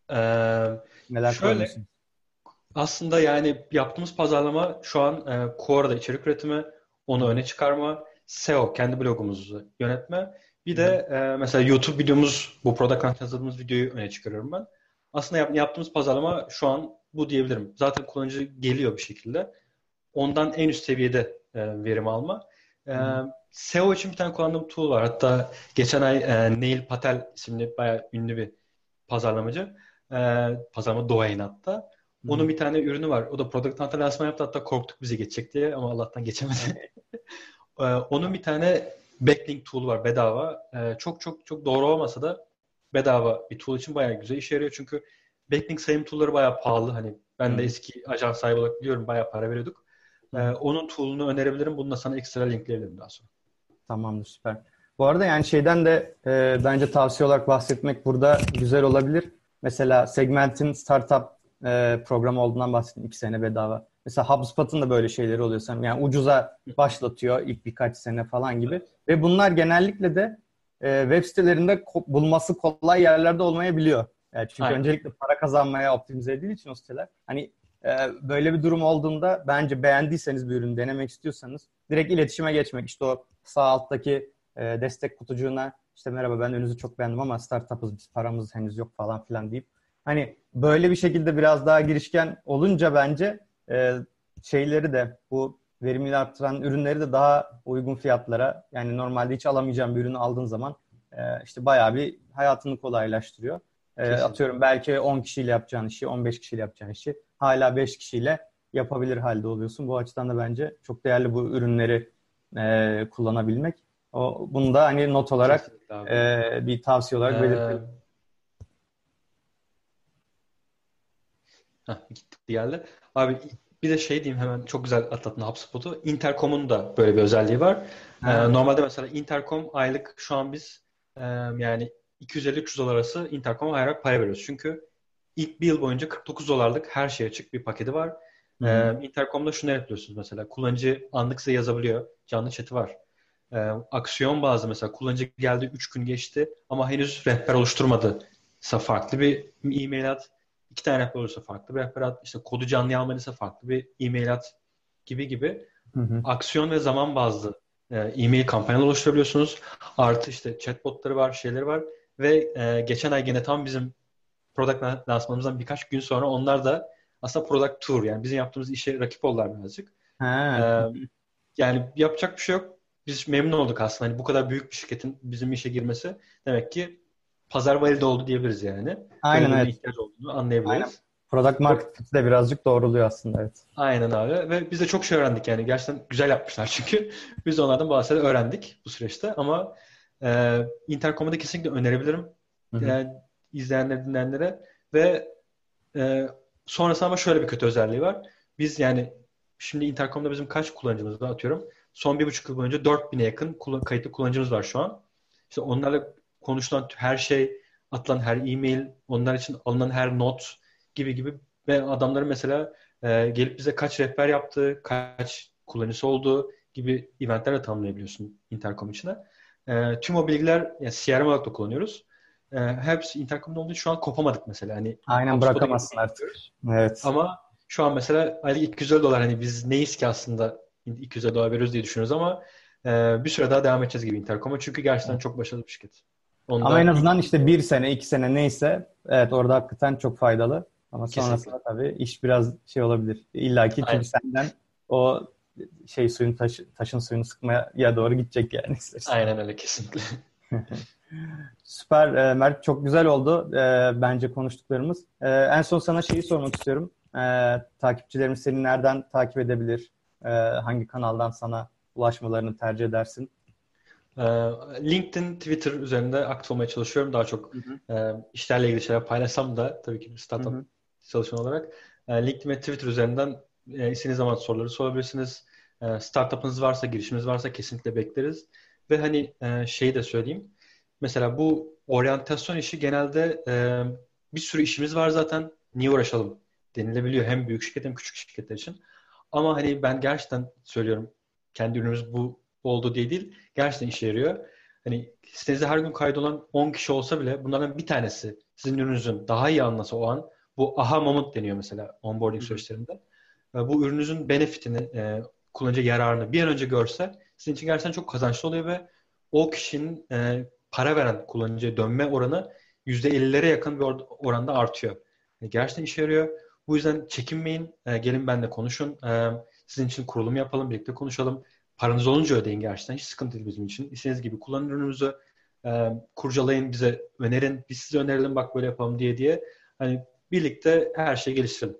Ee, Neler şöyle kullanıyorsunuz? aslında yani yaptığımız pazarlama şu an e, Quora'da içerik üretimi, Hı onu hı. öne çıkarma, S E O, kendi blogumuzu yönetme. Bir Hı hı. de e, mesela YouTube videomuz, bu Product Hunt yazıldığımız videoyu öne çıkarıyorum ben. Aslında yap- yaptığımız pazarlama şu an bu diyebilirim. Zaten kullanıcı geliyor bir şekilde. Ondan en üst seviyede e, verim alma. E, Hı hı. S E O için bir tane kullandığım tool var. Hatta geçen ay e, Neil Patel isimli bayağı ünlü bir pazarlamacı. E, pazarlama domain hatta. Hı Onun hı. bir tane ürünü var. O da Product Hunt'a lansman yaptı. Hatta korktuk bizi geçecek diye ama Allah'tan geçemedi. E, onun bir tane backlink tool var bedava. E, çok çok çok doğru olmasa da bedava bir tool için bayağı güzel işe yarıyor. Çünkü backlink sayım tool'ları bayağı pahalı. Hani Hı ben de hı. eski ajans sahibi olarak biliyorum, bayağı para veriyorduk. Hı E, hı. onun tool'unu önerebilirim. Bunu da sana ekstra linkleyebilirim daha sonra. Tamamdır, süper. Bu arada yani şeyden de e, bence tavsiye olarak bahsetmek burada güzel olabilir. Mesela Segment'in startup e, programı olduğundan bahsettim. iki sene bedava. Mesela HubSpot'un da böyle şeyleri oluyor sanırım. Yani ucuza başlatıyor ilk birkaç sene falan gibi. Ve bunlar genellikle de e, web sitelerinde ko- bulması kolay yerlerde olmayabiliyor. Yani çünkü Aynen. öncelikle para kazanmaya optimize edildiği için o siteler. Hani e, böyle bir durum olduğunda bence beğendiyseniz bir ürünü denemek istiyorsanız direkt iletişime geçmek. İşte o sağ alttaki e, destek kutucuğuna işte merhaba ben ürününüzü çok beğendim ama startup'ız biz paramız henüz yok falan filan deyip hani böyle bir şekilde biraz daha girişken olunca bence e, şeyleri de bu verimini arttıran ürünleri de daha uygun fiyatlara yani normalde hiç alamayacağım bir ürünü aldığın zaman e, işte bayağı bir hayatını kolaylaştırıyor. E, Kesinlikle. atıyorum belki on kişiyle yapacağın işi on beş kişiyle yapacağın işi hala beş kişiyle yapabilir halde oluyorsun. Bu açıdan da bence çok değerli bu ürünleri e, kullanabilmek. O, bunu da hani not olarak Kesinlikle abi. e, bir tavsiye olarak belirtelim. Ee, heh, gitti geldi. Abi bir de şey diyeyim, hemen çok güzel atlattın HubSpot'u. Intercom'un da böyle bir özelliği var. Ee, Ha. normalde mesela Intercom aylık şu an biz e, yani iki yüz elli üç yüz dolar arası Intercom'a aylık para veriyoruz. Çünkü ilk bir yıl boyunca kırk dokuz dolarlık her şeye açık bir paketi var. Hı hı. Ee, Intercom'da şunu yapıyorsunuz mesela. Kullanıcı anlık size yazabiliyor. Canlı chat'i var. Ee, aksiyon bazlı mesela kullanıcı geldi üç gün geçti ama henüz rehber oluşturmadı. Mesela farklı bir e-mail at. İki tane rehber olursa farklı bir rehber at. İşte kodu canlı almalıysa farklı bir e-mail at gibi gibi. Hı hı. Aksiyon ve zaman bazlı e, e-mail kampanyalar oluşturabiliyorsunuz. Artı işte chatbotları var, şeyleri var. Ve e, geçen ay gene tam bizim product lansmanımızdan birkaç gün sonra onlar da aslında product tour, yani bizim yaptığımız işe rakip oldular birazcık. Ha. E, yani yapacak bir şey yok. Biz memnun olduk aslında. Hani bu kadar büyük bir şirketin bizim işe girmesi demek ki pazar valide oldu diyebiliriz yani. Böyle Aynen, bir ürüne evet. ihtiyaç olduğunu Aynen. anlayabiliriz. Product Çok market fit de birazcık doğruluyor aslında, evet. aynen abi. Ve biz de çok şey öğrendik yani. Gerçekten güzel yapmışlar çünkü. Biz de onlardan bahsede öğrendik bu süreçte. Ama e, Intercom'u da kesinlikle önerebilirim. Hı hı. Yani izleyenlere, dinleyenlere ve e, sonrasında ama şöyle bir kötü özelliği var. Biz yani şimdi Intercom'da bizim kaç kullanıcımız var atıyorum. Son bir buçuk yıl boyunca dört bine yakın kul- kayıtlı kullanıcımız var şu an. İşte onlarla konuşulan her şey, atılan her e-mail, onlar için alınan her not gibi gibi ve adamların mesela e, gelip bize kaç rehber yaptığı, kaç kullanıcısı olduğu gibi eventlerle tanımlayabiliyorsun Intercom içine. E, tüm o bilgiler yani C R M olarak da kullanıyoruz. E, hepsi Intercom'da olduğu için şu an kopamadık mesela. Hani Aynen, HubSpot'a bırakamazsın gitmek artık. istiyoruz. Evet. Ama şu an mesela aylık iki yüz elli dolar hani biz neyiz ki aslında iki yüz elli dolar veriyoruz diye düşünüyoruz ama e, bir süre daha devam edeceğiz gibi Intercom'a çünkü gerçekten çok başarılı bir şirket. Ama en Onda azından işte bir sene, iki sene neyse, evet, orada hakikaten çok faydalı. Ama kesinlikle. sonrasında tabii iş biraz şey olabilir. İlla ki çünkü Aynen, senden o şey suyun taşı, taşın suyunu sıkmaya doğru gidecek yani istersen. aynen öyle kesinlikle. Süper e, Mert, çok güzel oldu e, bence konuştuklarımız. E, en son sana şeyi sormak istiyorum. E, takipçilerimiz seni nereden takip edebilir? E, hangi kanaldan sana ulaşmalarını tercih edersin? Ee, LinkedIn, Twitter üzerinde aktif olmaya çalışıyorum. Daha çok Hı hı. e, işlerle ilgili şeyler paylaşsam da tabii ki bir Hı startup hı. çalışan olarak e, LinkedIn ve Twitter üzerinden e, istediğiniz zaman soruları sorabilirsiniz. E, startup'ınız varsa, girişiminiz varsa kesinlikle bekleriz. Ve hani e, şeyi de söyleyeyim. Mesela bu oryantasyon işi genelde e, bir sürü işimiz var zaten. Niye uğraşalım denilebiliyor hem büyük şirket hem küçük şirketler için. Ama hani ben gerçekten söylüyorum kendi ürünümüz bu oldu diye değil. Gerçekten işe yarıyor. Hani sitenizde her gün kaydolan on kişi olsa bile bunlardan bir tanesi sizin ürününüzün daha iyi anlasa o an bu aha moment deniyor mesela onboarding Hı hı. süreçlerinde. E, Bu ürününüzün benefitini, e, kullanıcı yararını bir an önce görse sizin için gerçekten çok kazançlı oluyor ve o kişinin e, para veren kullanıcıya dönme oranı yüzde ellilere yakın bir or- oranda artıyor. E, gerçekten işe yarıyor. Bu yüzden çekinmeyin. E, gelin benimle konuşun. E, sizin için kurulum yapalım, birlikte konuşalım. Paranız olunca ödeyin gerçekten. Hiç sıkıntı değil bizim için. İstediğiniz gibi kullanın ürünümüzü. E, kurcalayın, bize önerin. Biz size önerelim bak böyle yapalım diye diye. Hani birlikte her şeyi geliştirelim.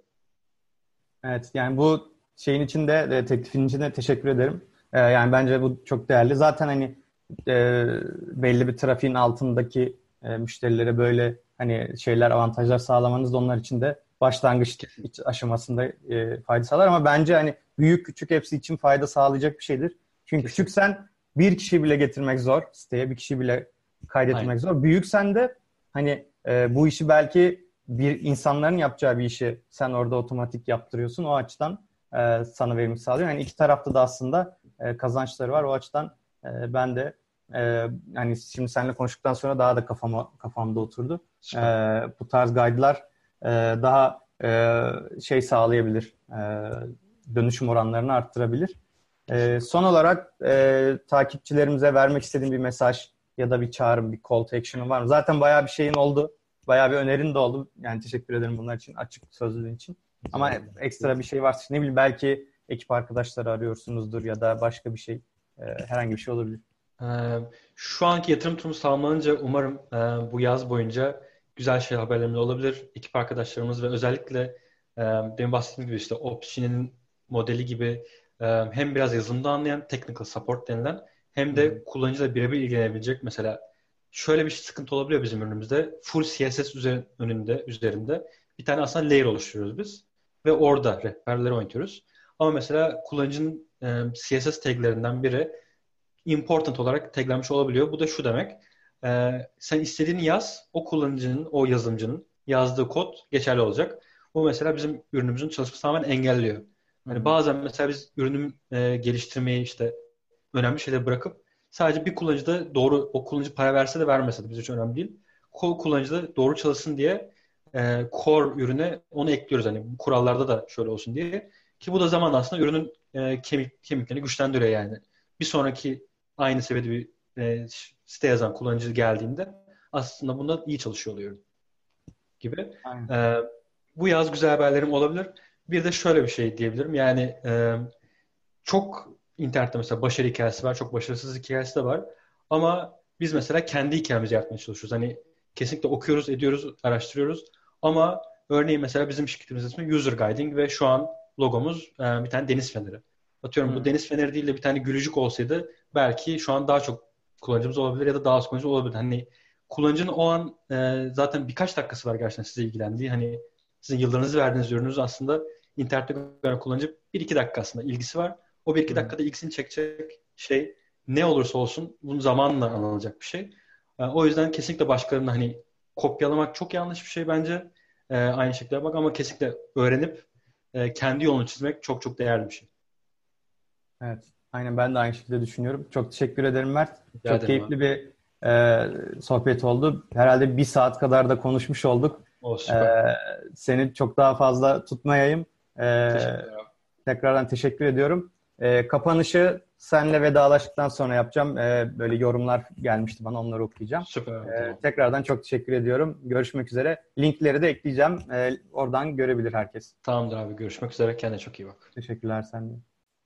Evet, yani bu şeyin içinde, e, teklifin için de teşekkür ederim. E, yani bence bu çok değerli. Zaten hani e, belli bir trafiğin altındaki e, müşterilere böyle hani şeyler, avantajlar sağlamanız da onlar için de başlangıç aşamasında e, fayda sağlar. Ama bence hani büyük küçük hepsi için fayda sağlayacak bir şeydir. Çünkü Kesinlikle. küçüksen bir kişi bile getirmek zor. Siteye bir kişi bile Aynen. kaydetmek zor. Büyüksen de hani e, bu işi belki bir insanların yapacağı bir işi sen orada otomatik yaptırıyorsun. O açıdan e, sana verim sağlıyor. Yani iki tarafta da aslında e, kazançları var. O açıdan e, ben de e, yani şimdi seninle konuştuktan sonra daha da kafama kafamda oturdu. E, Süper. bu tarz guide'lar e, daha e, şey sağlayabilir. E, dönüşüm oranlarını arttırabilir. E, Kesinlikle. son olarak e, takipçilerimize vermek istediğim bir mesaj ya da bir çağrım, bir call to action'ın var mı? Zaten bayağı bir şeyin oldu. Bayağı bir önerin de oldu. Yani teşekkür ederim bunlar için, açık sözlülüğün için. Rica Ama ederim. ekstra bir şey varsa, ne bileyim, belki ekip arkadaşları arıyorsunuzdur ya da başka bir şey, e, herhangi bir şey olabilir. Ee, Şu anki yatırım turumuz tamamlanınca umarım e, bu yaz boyunca güzel şey haberlerimiz olabilir. Ekip arkadaşlarımız ve özellikle e, demin bahsettiğim gibi işte Opsgeni'nin modeli gibi e, hem biraz yazılımda anlayan technical support denilen hem Hı hı. de kullanıcıyla birebir ilgilenebilecek mesela şöyle bir sıkıntı olabiliyor bizim ürünümüzde. Full C S S üzerinde, önünde, üzerinde bir tane aslında layer oluşturuyoruz biz ve orada rehberleri oynatıyoruz. Ama mesela kullanıcının e, C S S taglerinden biri important olarak taglenmiş olabiliyor. Bu da şu demek. E, sen istediğini yaz. O kullanıcının, o yazılımcının yazdığı kod geçerli olacak. Bu mesela bizim ürünümüzün çalışması tamamen engelliyor. Hı Hani hı. bazen mesela biz ürünü e, geliştirmeyi işte önemli şeyleri bırakıp sadece bir kullanıcı da doğru o kullanıcı para verse de vermese de bizim için önemli değil. O kullanıcı da doğru çalışsın diye e, core ürüne onu ekliyoruz. Hani bu kurallarda da şöyle olsun diye. Ki bu da zaman aslında ürünün e, kemik, kemiklerini güçlendiriyor yani. Bir sonraki aynı seviyede bir e, site yazan kullanıcı geldiğinde aslında bunda iyi çalışıyor oluyor gibi. Aynen. E, Bu yaz güzel haberlerim olabilir. Bir de şöyle bir şey diyebilirim. Yani e, çok internette mesela başarı hikayesi var, çok başarısız hikayesi de var. Ama biz mesela kendi hikayemizi yaratmaya çalışıyoruz. Hani kesinlikle okuyoruz, ediyoruz, araştırıyoruz. Ama örneğin mesela bizim şirketimizin ismi User Guiding ve şu an logomuz e, bir tane deniz feneri. Atıyorum bu Hı. deniz feneri değil de bir tane gülücük olsaydı belki şu an daha çok kullanıcımız olabilir ya da daha az kullanıcı olabilir. Hani kullanıcının o an e, zaten birkaç dakikası var gerçekten size ilgilendiği. Hani sizin yıldırınızı verdiğiniz ürününüz aslında internette gören kullanıcı bir iki dakika aslında ilgisi var. O bir iki Hı. dakikada ilgisini çekecek şey ne olursa olsun bunun zamanla anılacak bir şey. E, o yüzden kesinlikle başkalarını hani kopyalamak çok yanlış bir şey bence. E, aynı şekilde yapmak ama kesinlikle öğrenip e, kendi yolunu çizmek çok çok değerli bir şey. Evet. Aynen ben de aynı şekilde düşünüyorum. Çok teşekkür ederim Mert. Rica Çok ederim abi. keyifli bir e, sohbet oldu. Herhalde bir saat kadar da konuşmuş olduk. O E, süper. Seni çok daha fazla tutmayayım. E, Teşekkürler abi. Tekrardan teşekkür ediyorum. E, kapanışı senle vedalaştıktan sonra yapacağım. E, böyle yorumlar gelmişti bana, onları okuyacağım. Süper abi, E, tamam. tekrardan çok teşekkür ediyorum. Görüşmek üzere. Linkleri de ekleyeceğim. E, oradan görebilir herkes. Tamamdır abi. Görüşmek üzere. Kendine çok iyi bak. Teşekkürler sen de.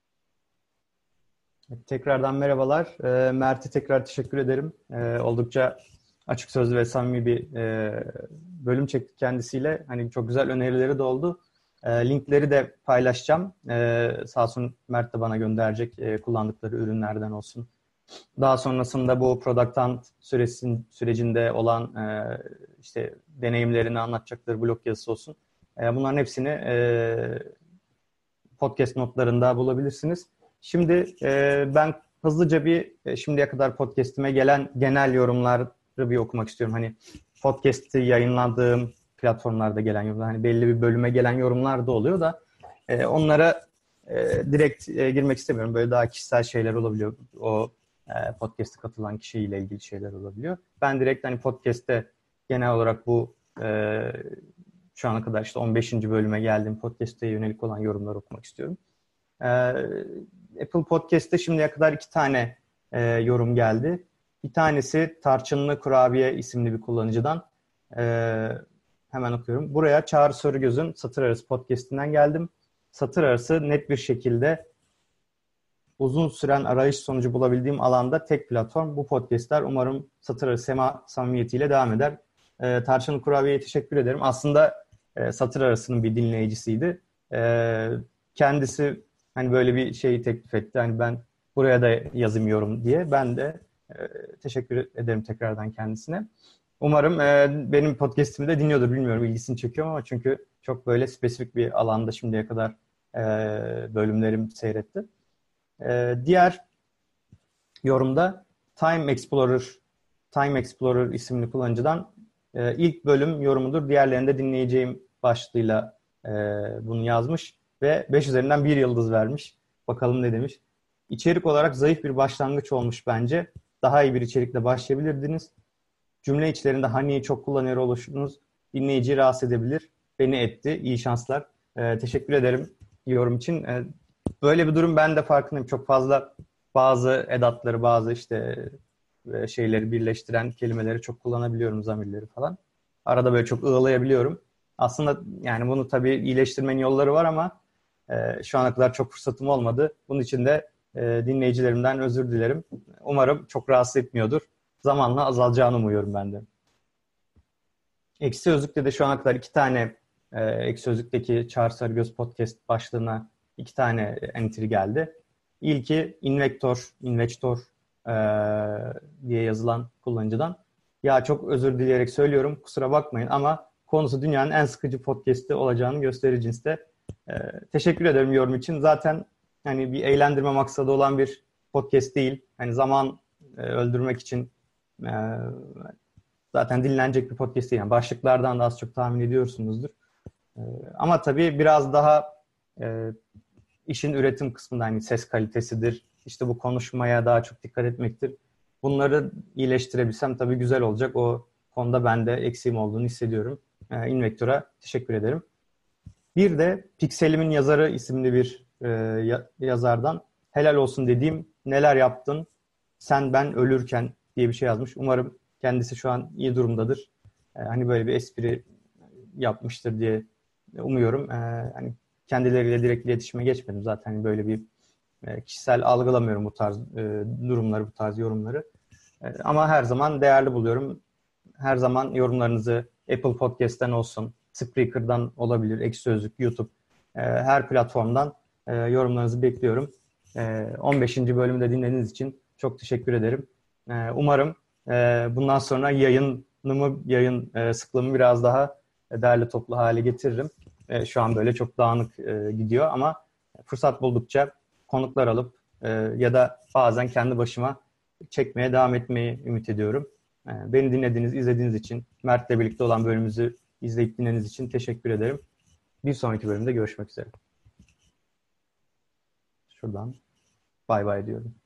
Tekrardan merhabalar. E, Mert'e tekrar teşekkür ederim. E, oldukça açık sözlü ve samimi bir e, bölüm çektik kendisiyle. Hani çok güzel önerileri de oldu. E, linkleri de paylaşacağım. E, sağ olsun Mert de bana gönderecek e, kullandıkları ürünlerden olsun. Daha sonrasında bu Product Hunt süresin, sürecinde olan e, işte deneyimlerini anlatacakları blog yazısı olsun. E, bunların hepsini e, podcast notlarında bulabilirsiniz. Şimdi e, ben hızlıca bir e, şimdiye kadar podcast'ime gelen genel yorumları bir okumak istiyorum. Hani podcast'i yayınladığım platformlarda gelen yorumlar, hani belli bir bölüme gelen yorumlar da oluyor da e, onlara e, direkt e, girmek istemiyorum. Böyle daha kişisel şeyler olabiliyor. O e, podcast'e katılan kişiyle ilgili şeyler olabiliyor. Ben direkt hani podcast'te genel olarak bu e, şu ana kadar işte on beşinci bölüme geldiğim podcast'e yönelik olan yorumları okumak istiyorum. Ee, Apple Podcast'te şimdiye kadar iki tane e, yorum geldi. Bir tanesi Tarçınlı Kurabiye isimli bir kullanıcıdan. Ee, hemen okuyorum. Buraya Çağrı Sorugöz'ün Satır Arası podcast'inden geldim. Satır arası net bir şekilde uzun süren arayış sonucu bulabildiğim alanda tek platform. Bu podcastler umarım satır arası sema samimiyetiyle devam eder. Ee, Tarçınlı Kurabiye'ye teşekkür ederim. Aslında e, satır arasının bir dinleyicisiydi. Ee, kendisi hani böyle bir şeyi teklif etti. Hani ben buraya da yazmıyorum diye. Ben de e, teşekkür ederim tekrardan kendisine. Umarım e, benim podcast'imi de dinliyordur. Bilmiyorum, ilgisini çekiyor ama çünkü çok böyle spesifik bir alanda şimdiye kadar e, bölümlerim seyretti. E, diğer yorumda Time Explorer Time Explorer isimli kullanıcıdan e, ilk bölüm yorumudur. Diğerlerini de dinleyeceğim başlığıyla e, bunu yazmış ve beş üzerinden bir yıldız vermiş. Bakalım ne demiş. İçerik olarak zayıf bir başlangıç olmuş bence. Daha iyi bir içerikle başlayabilirdiniz. Cümle içlerinde haniyi çok kullanıyor oluşunuz dinleyiciyi rahatsız edebilir. Beni etti. İyi şanslar. E, teşekkür ederim yorum için. E, böyle bir durum, ben de farkındayım. Çok fazla bazı edatları, bazı işte e, şeyleri birleştiren kelimeleri çok kullanabiliyorum, zamirleri falan. Arada böyle çok ığlayabiliyorum. Aslında yani bunu tabii iyileştirmenin yolları var ama e, şu ana kadar çok fırsatım olmadı. Bunun için de e, dinleyicilerimden özür dilerim. Umarım çok rahatsız etmiyordur. Zamanla azalacağını umuyorum ben de. Ekşi Sözlük'te de şu ana kadar iki tane e, Ekşi Sözlük'teki Çağrı Sarıgöz podcast başlığına iki tane entry geldi. İlki Invector, Invector e, diye yazılan kullanıcıdan. Ya çok özür dileyerek söylüyorum, kusura bakmayın ama konusu dünyanın en sıkıcı podcast'i olacağını gösterir cinste. E, teşekkür ederim yorum için. Zaten hani bir eğlendirme maksadı olan bir podcast değil. Hani zaman e, öldürmek için e, zaten dinlenecek bir podcast değil. Yani başlıklardan da az çok tahmin ediyorsunuzdur. E, ama tabii biraz daha e, işin üretim kısmında hani ses kalitesidir, işte bu konuşmaya daha çok dikkat etmektir. Bunları iyileştirebilsem tabii güzel olacak. O konuda ben de eksiğim olduğunu hissediyorum. E, Invector'a teşekkür ederim. Bir de Pixelimin Yazarı isimli bir e, yazardan helal olsun dediğim neler yaptın sen ben ölürken diye bir şey yazmış. Umarım kendisi şu an iyi durumdadır. E, hani böyle bir espri yapmıştır diye umuyorum. E, hani kendileriyle direkt iletişime geçmedim. Zaten hani böyle bir e, kişisel algılamıyorum bu tarz e, durumları, bu tarz yorumları. E, ama her zaman değerli buluyorum. Her zaman yorumlarınızı Apple Podcast'ten olsun, Spreaker'dan olabilir, Ekşi Sözlük, YouTube, e, her platformdan e, yorumlarınızı bekliyorum. E, on beşinci bölümü de dinlediğiniz için çok teşekkür ederim. E, umarım Ee, bundan sonra yayınımı, yayın e, sıklığımı biraz daha derli toplu hale getiririm. E, şu an böyle çok dağınık e, gidiyor ama fırsat buldukça konuklar alıp e, ya da bazen kendi başıma çekmeye devam etmeyi ümit ediyorum. E, beni dinlediğiniz, izlediğiniz için, Mert'le birlikte olan bölümümüzü izleyip dinlediğiniz için teşekkür ederim. Bir sonraki bölümde görüşmek üzere. Şuradan bay bay diyorum.